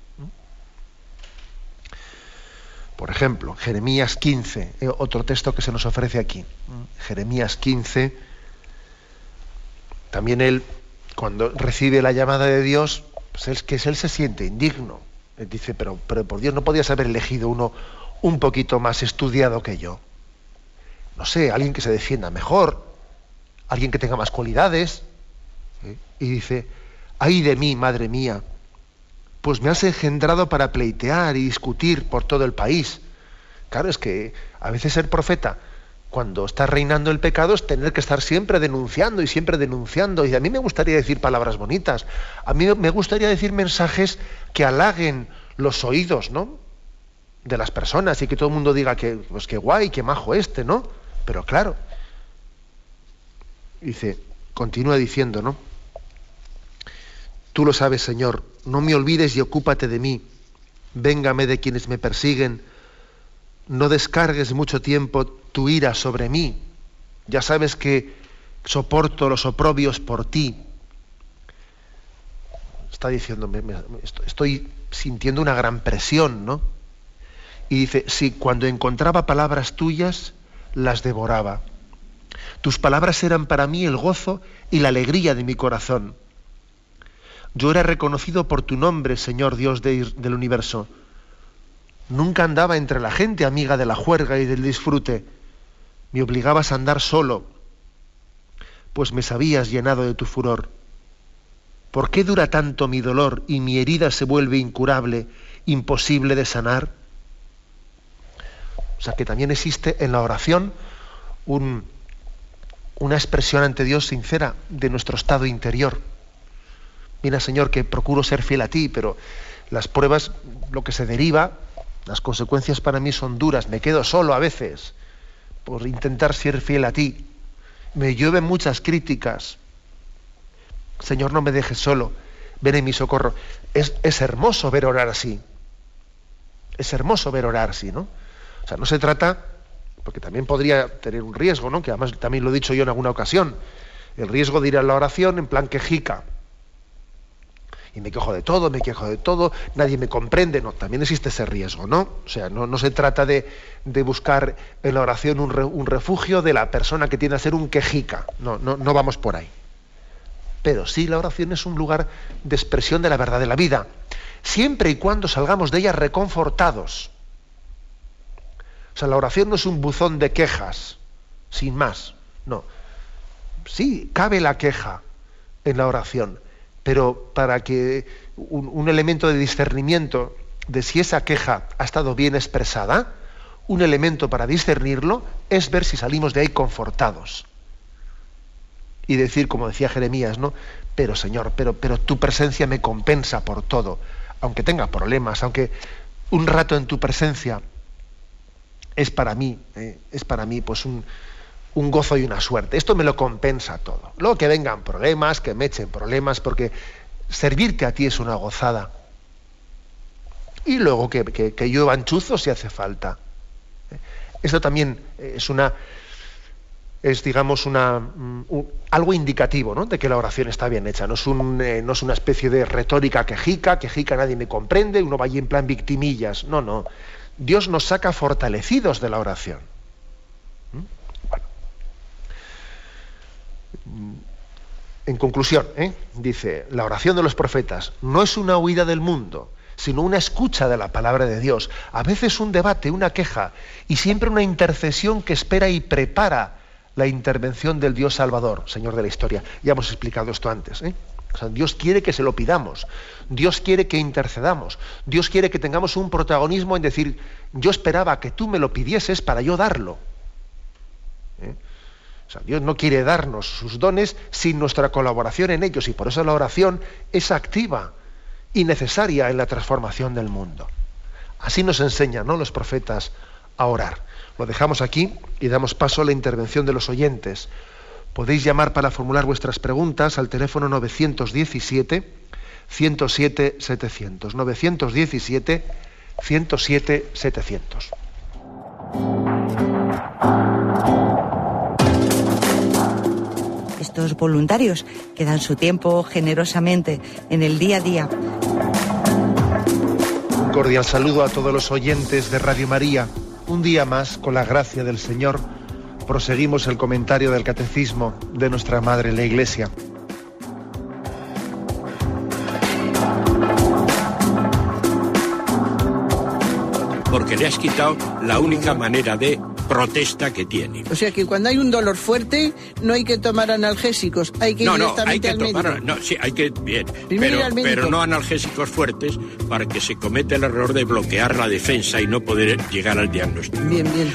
Por ejemplo, Jeremías quince, eh, otro texto que se nos ofrece aquí. Jeremías quince, también él, cuando recibe la llamada de Dios, pues es que él se siente indigno. Él dice, pero, pero por Dios, ¿no podías haber elegido uno un poquito más estudiado que yo? No sé, alguien que se defienda mejor, alguien que tenga más cualidades. ¿Eh? Y dice, ay de mí, madre mía, pues me has engendrado para pleitear y discutir por todo el país. Claro, es que a veces ser profeta, cuando está reinando el pecado, es tener que estar siempre denunciando y siempre denunciando. Y a mí me gustaría decir palabras bonitas, a mí me gustaría decir mensajes que halaguen los oídos, ¿no?, de las personas y que todo el mundo diga que, pues qué guay, qué majo este, ¿no? Pero claro, dice, continúa diciendo, ¿no? Tú lo sabes, Señor, no me olvides y ocúpate de mí. Véngame de quienes me persiguen. No descargues mucho tiempo tu ira sobre mí. Ya sabes que soporto los oprobios por ti. Está diciendo, me, me, estoy sintiendo una gran presión, ¿no? Y dice, sí, cuando encontraba palabras tuyas, las devoraba. Tus palabras eran para mí el gozo y la alegría de mi corazón. Yo era reconocido por tu nombre, Señor Dios de, del universo. Nunca andaba entre la gente amiga de la juerga y del disfrute. Me obligabas a andar solo, pues me sabías llenado de tu furor. ¿Por qué dura tanto mi dolor y mi herida se vuelve incurable imposible de sanar. O sea, que también existe en la oración un, una expresión ante Dios sincera de nuestro estado interior. Mira, Señor, que procuro ser fiel a ti, pero las pruebas, lo que se deriva, las consecuencias para mí son duras. Me quedo solo a veces por intentar ser fiel a ti. Me llueven muchas críticas. Señor, no me dejes solo. Ven en mi socorro. Es, es hermoso ver orar así. Es hermoso ver orar así, ¿no? O sea, no se trata, porque también podría tener un riesgo, ¿no? Que además también lo he dicho yo en alguna ocasión. El riesgo de ir a la oración en plan quejica. Y me quejo de todo, me quejo de todo, nadie me comprende. No, también existe ese riesgo, ¿no? O sea, no, no se trata de, de buscar en la oración un, re, un refugio de la persona que tiende a ser un quejica. No, no, no vamos por ahí. Pero sí, la oración es un lugar de expresión de la verdad de la vida, siempre y cuando salgamos de ella reconfortados. O sea, la oración no es un buzón de quejas, sin más. No. Sí, cabe la queja en la oración, pero para que un, un elemento de discernimiento de si esa queja ha estado bien expresada, un elemento para discernirlo es ver si salimos de ahí confortados. Y decir, como decía Jeremías, ¿no? Pero Señor, pero, pero tu presencia me compensa por todo. Aunque tenga problemas, aunque un rato en tu presencia es para mí, ¿eh? es para mí pues un, un gozo y una suerte. Esto me lo compensa todo. Luego que vengan problemas, que me echen problemas, porque servirte a ti es una gozada. Y luego que, que, que lluevan chuzos si hace falta. Esto también es una, es digamos una un, algo indicativo, ¿no? De que la oración está bien hecha. No es, un, eh, no es una especie de retórica quejica, quejica nadie me comprende, uno va allí en plan victimillas. No, no. Dios nos saca fortalecidos de la oración. Bueno. En conclusión, ¿eh? dice, la oración de los profetas no es una huida del mundo, sino una escucha de la palabra de Dios. A veces un debate, una queja, y siempre una intercesión que espera y prepara la intervención del Dios Salvador, Señor de la historia. Ya hemos explicado esto antes, ¿eh? O sea, Dios quiere que se lo pidamos, Dios quiere que intercedamos, Dios quiere que tengamos un protagonismo en decir, yo esperaba que tú me lo pidieses para yo darlo. ¿Eh? O sea, Dios no quiere darnos sus dones sin nuestra colaboración en ellos, y por eso la oración es activa y necesaria en la transformación del mundo. Así nos enseñan, ¿no?, los profetas a orar. Lo dejamos aquí y damos paso a la intervención de los oyentes. Podéis llamar para formular vuestras preguntas al teléfono novecientos diecisiete, ciento siete, setecientos. novecientos diecisiete, ciento siete, setecientos. Estos voluntarios que dan su tiempo generosamente en el día a día. Un cordial saludo a todos los oyentes de Radio María. Un día más, con la gracia del Señor, proseguimos el comentario del Catecismo de nuestra Madre la Iglesia. Porque le has quitado la única manera de protesta que tiene. O sea que cuando hay un dolor fuerte no hay que tomar analgésicos, hay que ir no, no, directamente hay que al tomar, médico. No, sí, hay que, bien, Primero pero, al médico. pero no analgésicos fuertes para que se cometa el error de bloquear la defensa y no poder llegar al diagnóstico. Bien, bien.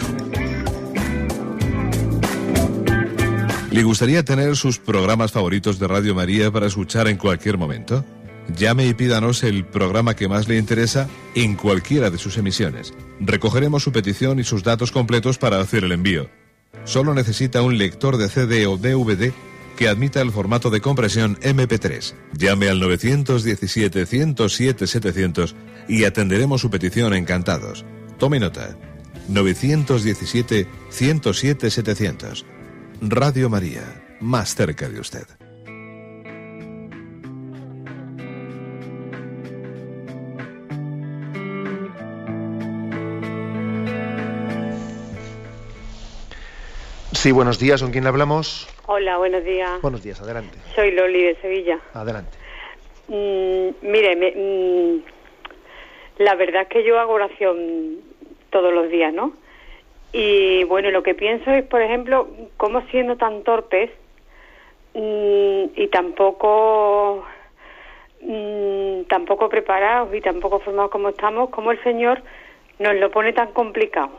¿Le gustaría tener sus programas favoritos de Radio María para escuchar en cualquier momento? Llame y pídanos el programa que más le interesa en cualquiera de sus emisiones. Recogeremos su petición y sus datos completos para hacer el envío. Solo necesita un lector de C D o D V D que admita el formato de compresión eme pe tres. Llame al nueve uno siete, ciento siete, setecientos y atenderemos su petición encantados. Tome nota. nueve uno siete, ciento siete, setecientos. Radio María, más cerca de usted. Sí, buenos días, ¿con quién hablamos? Hola, buenos días. Buenos días, adelante. Soy Loli de Sevilla. Adelante. Mm, mire, me, mm, la verdad es que yo hago oración todos los días, ¿no? Y bueno, lo que pienso es, por ejemplo, cómo siendo tan torpes mm, y tampoco mm, tampoco preparados y tampoco formados como estamos, ¿cómo el Señor nos lo pone tan complicado?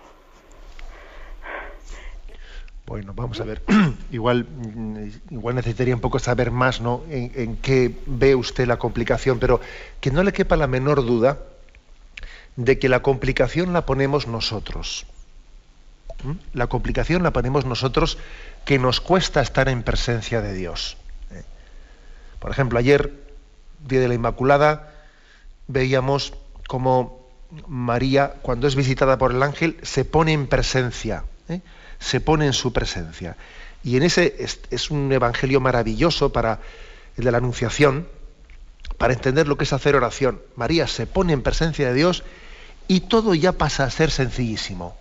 Bueno, vamos a ver. igual, igual necesitaría un poco saber más, ¿no? En, en qué ve usted la complicación, pero que no le quepa la menor duda de que la complicación la ponemos nosotros. ¿Mm? La complicación la ponemos nosotros, que nos cuesta estar en presencia de Dios. ¿Eh? Por ejemplo, ayer, Día de la Inmaculada, veíamos cómo María, cuando es visitada por el ángel, se pone en presencia, ¿eh? se pone en su presencia. Y en ese es, es un evangelio maravilloso para el de la Anunciación, para entender lo que es hacer oración. María se pone en presencia de Dios y todo ya pasa a ser sencillísimo.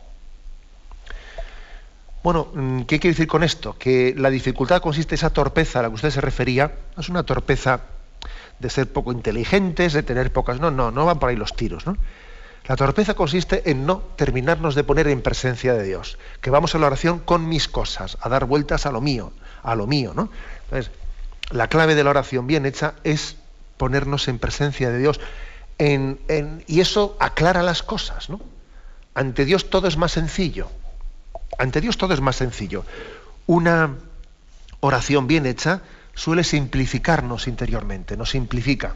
Bueno, ¿qué quiero decir con esto? Que la dificultad consiste en esa torpeza a la que usted se refería. No es una torpeza de ser poco inteligentes, de tener pocas... No, no, no van por ahí los tiros, ¿no? La torpeza consiste en no terminarnos de poner en presencia de Dios. Que vamos a la oración con mis cosas, a dar vueltas a lo mío, a lo mío, ¿no? Entonces, la clave de la oración bien hecha es ponernos en presencia de Dios. En, en, y eso aclara las cosas, ¿no? Ante Dios todo es más sencillo. Ante Dios todo es más sencillo. Una oración bien hecha suele simplificarnos interiormente, nos simplifica.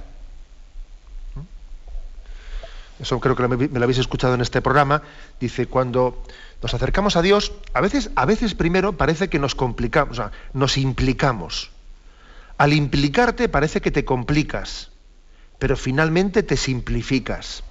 Eso creo que me lo habéis escuchado en este programa. Dice, cuando nos acercamos a Dios, a veces, a veces primero parece que nos complicamos, o sea, nos implicamos. Al implicarte parece que te complicas, pero finalmente te simplificas.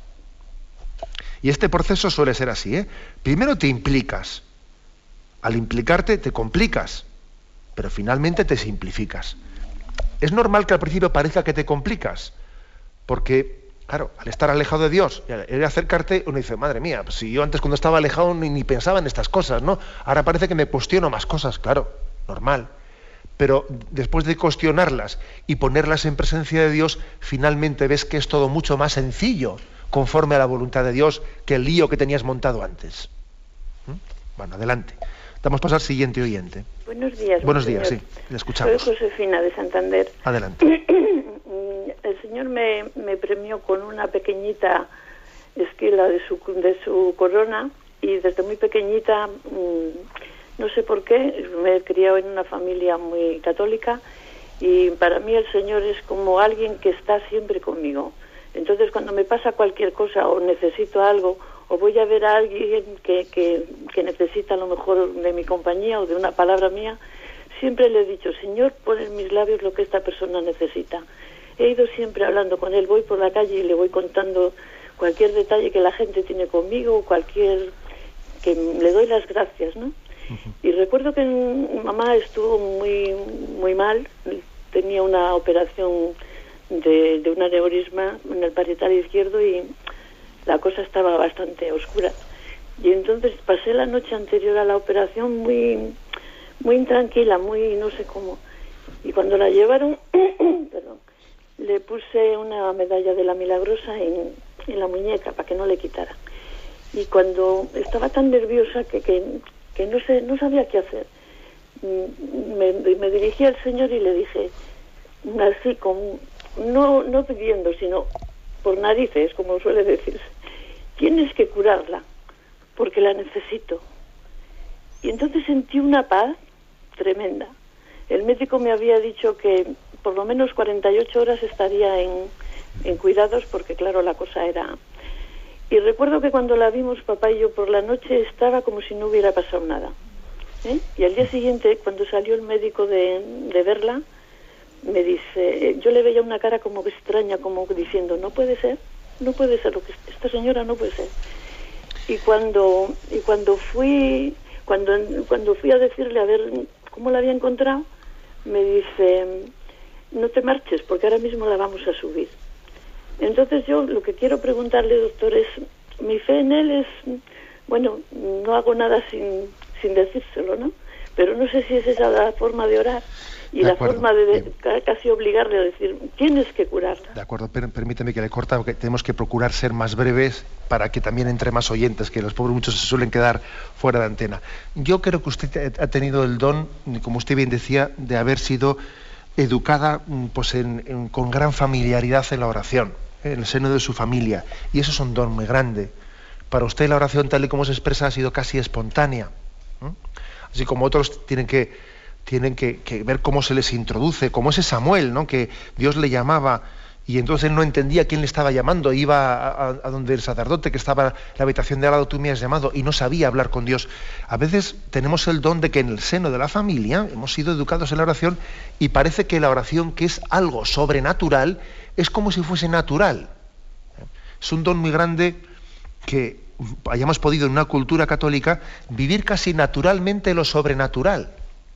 Y este proceso suele ser así, ¿eh? Primero te implicas. Al implicarte te complicas, pero finalmente te simplificas. Es normal que al principio parezca que te complicas, porque, claro, al estar alejado de Dios y al acercarte, uno dice, madre mía, pues si yo antes cuando estaba alejado ni, ni pensaba en estas cosas, ¿no? Ahora parece que me cuestiono más cosas, claro, normal. Pero después de cuestionarlas y ponerlas en presencia de Dios, finalmente ves que es todo mucho más sencillo, conforme a la voluntad de Dios, que el lío que tenías montado antes. ¿Mm? Bueno, adelante. Damos paso al siguiente oyente. Buenos días. Buenos días, señor. sí, le escuchamos. Soy Josefina de Santander. Adelante. El Señor me, me premió con una pequeñita esquila de su, de su corona, y desde muy pequeñita, mmm, no sé por qué, me he criado en una familia muy católica, y para mí el Señor es como alguien que está siempre conmigo. Entonces, cuando me pasa cualquier cosa o necesito algo, o voy a ver a alguien que, que, que necesita a lo mejor de mi compañía o de una palabra mía, siempre le he dicho, Señor, pon en mis labios lo que esta persona necesita. He ido siempre hablando con él, voy por la calle y le voy contando cualquier detalle que la gente tiene conmigo, cualquier... que le doy las gracias, ¿no? Uh-huh. Y recuerdo que mi mamá estuvo muy, muy mal, tenía una operación de, de un aneurisma en el parietal izquierdo y la cosa estaba bastante oscura. Y entonces pasé la noche anterior a la operación muy muy intranquila, muy no sé cómo. Y cuando la llevaron, perdón, le puse una medalla de la Milagrosa en, en la muñeca para que no le quitara. Y cuando estaba tan nerviosa que, que, que no sé, no sabía qué hacer, me, me dirigí al Señor y le dije, así como, no, no pidiendo, sino por narices, como suele decirse, tienes que curarla, porque la necesito. Y entonces sentí una paz tremenda. El médico me había dicho que por lo menos cuarenta y ocho horas estaría en, en cuidados, porque claro, la cosa era... Y recuerdo que cuando la vimos, papá y yo, por la noche, estaba como si no hubiera pasado nada. ¿Eh? Y al día siguiente, cuando salió el médico de, de verla, me dice, yo le veía una cara como extraña, como diciendo, no puede ser, no puede ser, lo que esta señora no puede ser. Y cuando y cuando fui cuando cuando fui a decirle a ver cómo la había encontrado, me dice, no te marches porque ahora mismo la vamos a subir. Entonces yo lo que quiero preguntarle, doctor, es, mi fe en él es, bueno, no hago nada sin, sin decírselo, ¿no? Pero no sé si es esa la forma de orar y de la acuerdo. forma de, de casi obligarle a decir, tienes que curarla. De acuerdo, pero permíteme que le corta, porque tenemos que procurar ser más breves para que también entre más oyentes, que los pobres muchos se suelen quedar fuera de antena. Yo creo que usted ha tenido el don, como usted bien decía, de haber sido educada pues en, en, con gran familiaridad en la oración. ¿eh? En el seno de su familia. Y eso es un don muy grande. Para usted la oración, tal y como se expresa, ha sido casi espontánea. ¿eh? Así como otros tienen que, tienen que, que ver cómo se les introduce, como ese Samuel, ¿no? Que Dios le llamaba y entonces él no entendía quién le estaba llamando, iba a, a, a donde el sacerdote que estaba en la habitación de al lado, tú me has llamado, y no sabía hablar con Dios. A veces tenemos el don de que en el seno de la familia hemos sido educados en la oración y parece que la oración, que es algo sobrenatural, es como si fuese natural. Es un don muy grande que hayamos podido en una cultura católica vivir casi naturalmente lo sobrenatural.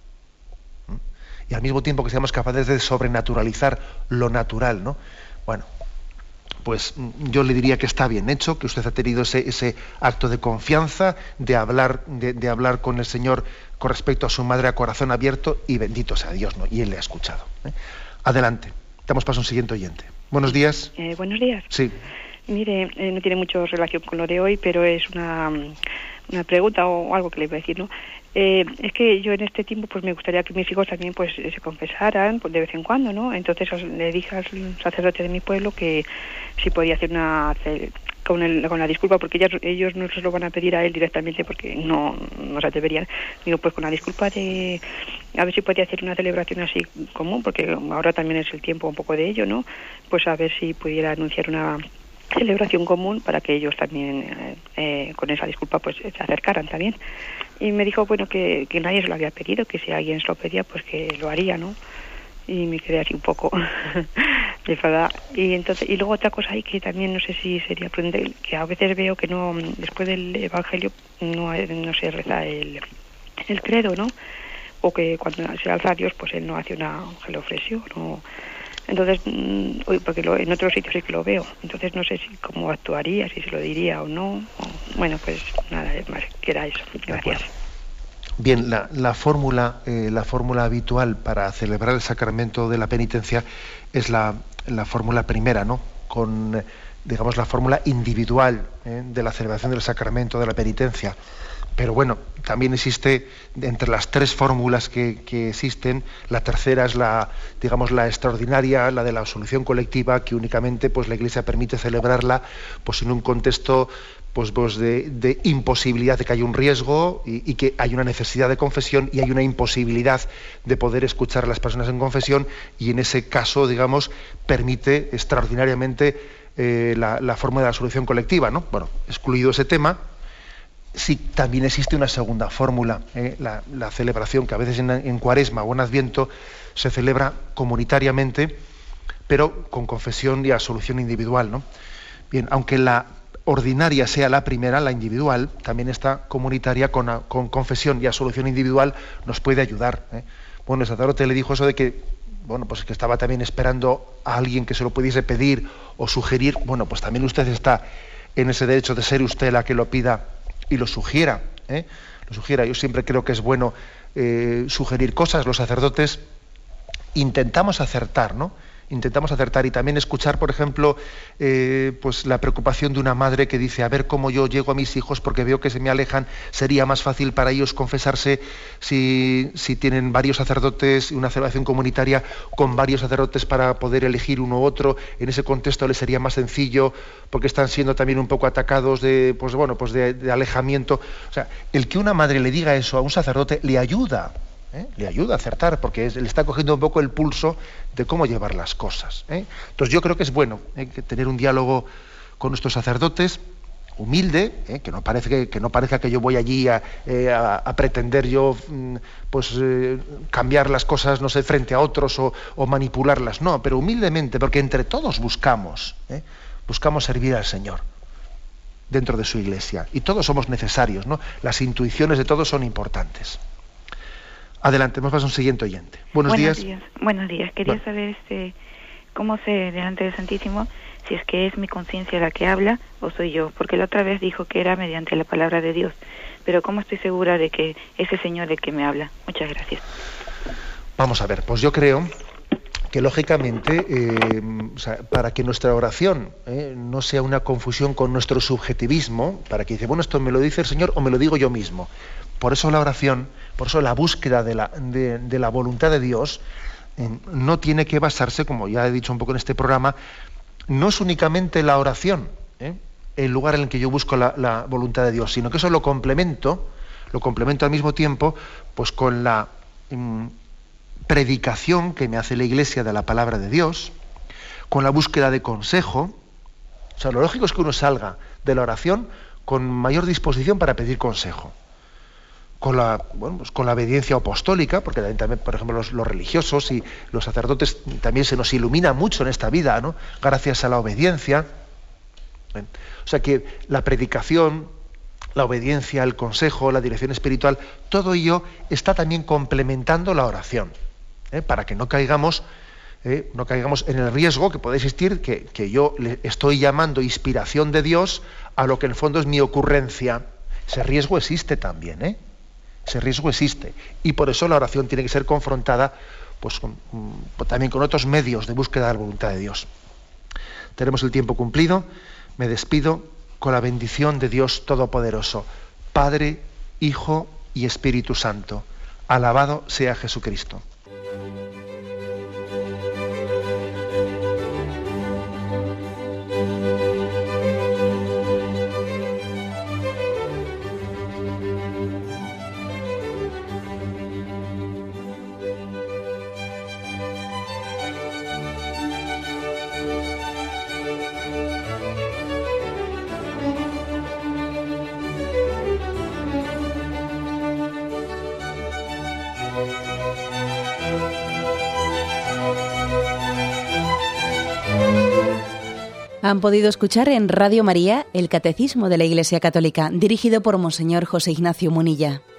Y al mismo tiempo que seamos capaces de sobrenaturalizar lo natural, ¿no? Bueno, pues yo le diría que está bien hecho, que usted ha tenido ese, ese acto de confianza, de hablar, de, de hablar con el Señor con respecto a su madre a corazón abierto, y bendito sea Dios, ¿no? Y Él le ha escuchado. ¿eh? Adelante, damos paso a un siguiente oyente. Buenos días. Eh, buenos días. Sí. Mire, eh, no tiene mucho relación con lo de hoy, pero es una, una pregunta o algo que le iba a decir, ¿no? Eh, es que yo en este tiempo pues me gustaría que mis hijos también pues se confesaran pues, de vez en cuando, ¿no? Entonces le dije al sacerdote de mi pueblo que si podía hacer una con, el, con la disculpa, porque ellas, ellos no se lo van a pedir a él directamente porque no, no se atreverían. Digo, pues con la disculpa de a ver si podía hacer una celebración así común, porque ahora también es el tiempo un poco de ello, ¿no? Pues a ver si pudiera anunciar una celebración común para que ellos también eh, eh, con esa disculpa pues se acercaran también. Y me dijo, bueno, que, que nadie se lo había pedido, que si alguien se lo pedía pues que lo haría, ¿no? Y me quedé así un poco de enfadada. Y entonces, y luego otra cosa ahí que también no sé si sería prudente, que a veces veo que no, después del evangelio no, no se reza el, el credo, ¿no? O que cuando se alza a Dios pues él no hace una geloflexio, no. Entonces, porque lo, en otros sitios sí que lo veo, entonces no sé si cómo actuaría, si se lo diría o no. O, bueno, pues nada más, que era eso. Gracias. Bien, la, la fórmula eh, la fórmula habitual para celebrar el sacramento de la penitencia es la, la fórmula primera, ¿no? Con, digamos, la fórmula individual ¿eh? de la celebración del sacramento de la penitencia. Pero bueno, también existe, entre las tres fórmulas que, que existen, la tercera es la, digamos, la extraordinaria, la de la absolución colectiva, que únicamente pues, la Iglesia permite celebrarla pues, en un contexto pues, pues de, de imposibilidad de que haya un riesgo y, y que hay una necesidad de confesión y hay una imposibilidad de poder escuchar a las personas en confesión, y en ese caso, digamos, permite extraordinariamente eh, la, la forma de la absolución colectiva, ¿no? Bueno, excluido ese tema, sí, también existe una segunda fórmula, ¿eh? la, la celebración que a veces en, en Cuaresma o en Adviento se celebra comunitariamente, pero con confesión y absolución individual, ¿no? Bien, aunque la ordinaria sea la primera, la individual, también esta comunitaria con, con confesión y absolución individual nos puede ayudar. ¿eh? Bueno, el sacerdote le dijo eso de que, bueno, pues que estaba también esperando a alguien que se lo pudiese pedir o sugerir. Bueno, pues también usted está en ese derecho de ser usted la que lo pida y lo sugiera, ¿eh? lo sugiera. Yo siempre creo que es bueno eh, sugerir cosas. Los sacerdotes intentamos acertar, ¿no? Intentamos acertar y también escuchar, por ejemplo, eh, pues la preocupación de una madre que dice, a ver cómo yo llego a mis hijos porque veo que se me alejan, sería más fácil para ellos confesarse si, si tienen varios sacerdotes, una celebración comunitaria con varios sacerdotes para poder elegir uno u otro, en ese contexto les sería más sencillo porque están siendo también un poco atacados de, pues bueno, pues de, de alejamiento. O sea, el que una madre le diga eso a un sacerdote le ayuda. ¿Eh? Le ayuda a acertar, porque es, le está cogiendo un poco el pulso de cómo llevar las cosas. ¿eh? Entonces yo creo que es bueno ¿eh? que tener un diálogo con nuestros sacerdotes, humilde, ¿eh? que no parece que, que no parezca que yo voy allí a, eh, a, a pretender yo pues eh, cambiar las cosas, no sé, frente a otros o, o manipularlas, no, pero humildemente, porque entre todos buscamos, ¿eh? buscamos servir al Señor dentro de su Iglesia, y todos somos necesarios, ¿no? Las intuiciones de todos son importantes. Adelante, vamos a un siguiente oyente. Buenos, Buenos días. días. Buenos días. Quería bueno. saber este, cómo sé delante del Santísimo si es que es mi conciencia la que habla o soy yo, porque la otra vez dijo que era mediante la palabra de Dios, pero cómo estoy segura de que es el Señor el que me habla. Muchas gracias. Vamos a ver, pues yo creo que lógicamente eh, o sea, para que nuestra oración eh, no sea una confusión con nuestro subjetivismo, para que dice, bueno, esto me lo dice el Señor o me lo digo yo mismo. Por eso la oración, por eso la búsqueda de la, de, de la voluntad de Dios eh, no tiene que basarse, como ya he dicho un poco en este programa, no es únicamente la oración, ¿eh? el lugar en el que yo busco la, la voluntad de Dios, sino que eso lo complemento, lo complemento al mismo tiempo, pues con la mm, predicación que me hace la Iglesia de la palabra de Dios, con la búsqueda de consejo. O sea, lo lógico es que uno salga de la oración con mayor disposición para pedir consejo. Con la, bueno, pues con la obediencia apostólica, porque también, por ejemplo, los, los religiosos y los sacerdotes también se nos ilumina mucho en esta vida, ¿no? Gracias a la obediencia. ¿Ven? O sea que la predicación, la obediencia, el consejo, la dirección espiritual, todo ello está también complementando la oración, ¿eh? Para que no caigamos, eh, no caigamos en el riesgo que puede existir, que, que yo le estoy llamando inspiración de Dios a lo que en el fondo es mi ocurrencia. Ese riesgo existe también, ¿eh? Ese riesgo existe. Y por eso la oración tiene que ser confrontada pues, con, también con otros medios de búsqueda de la voluntad de Dios. Tenemos el tiempo cumplido. Me despido con la bendición de Dios Todopoderoso, Padre, Hijo y Espíritu Santo. Alabado sea Jesucristo. Han podido escuchar en Radio María el Catecismo de la Iglesia Católica, dirigido por Monseñor José Ignacio Munilla.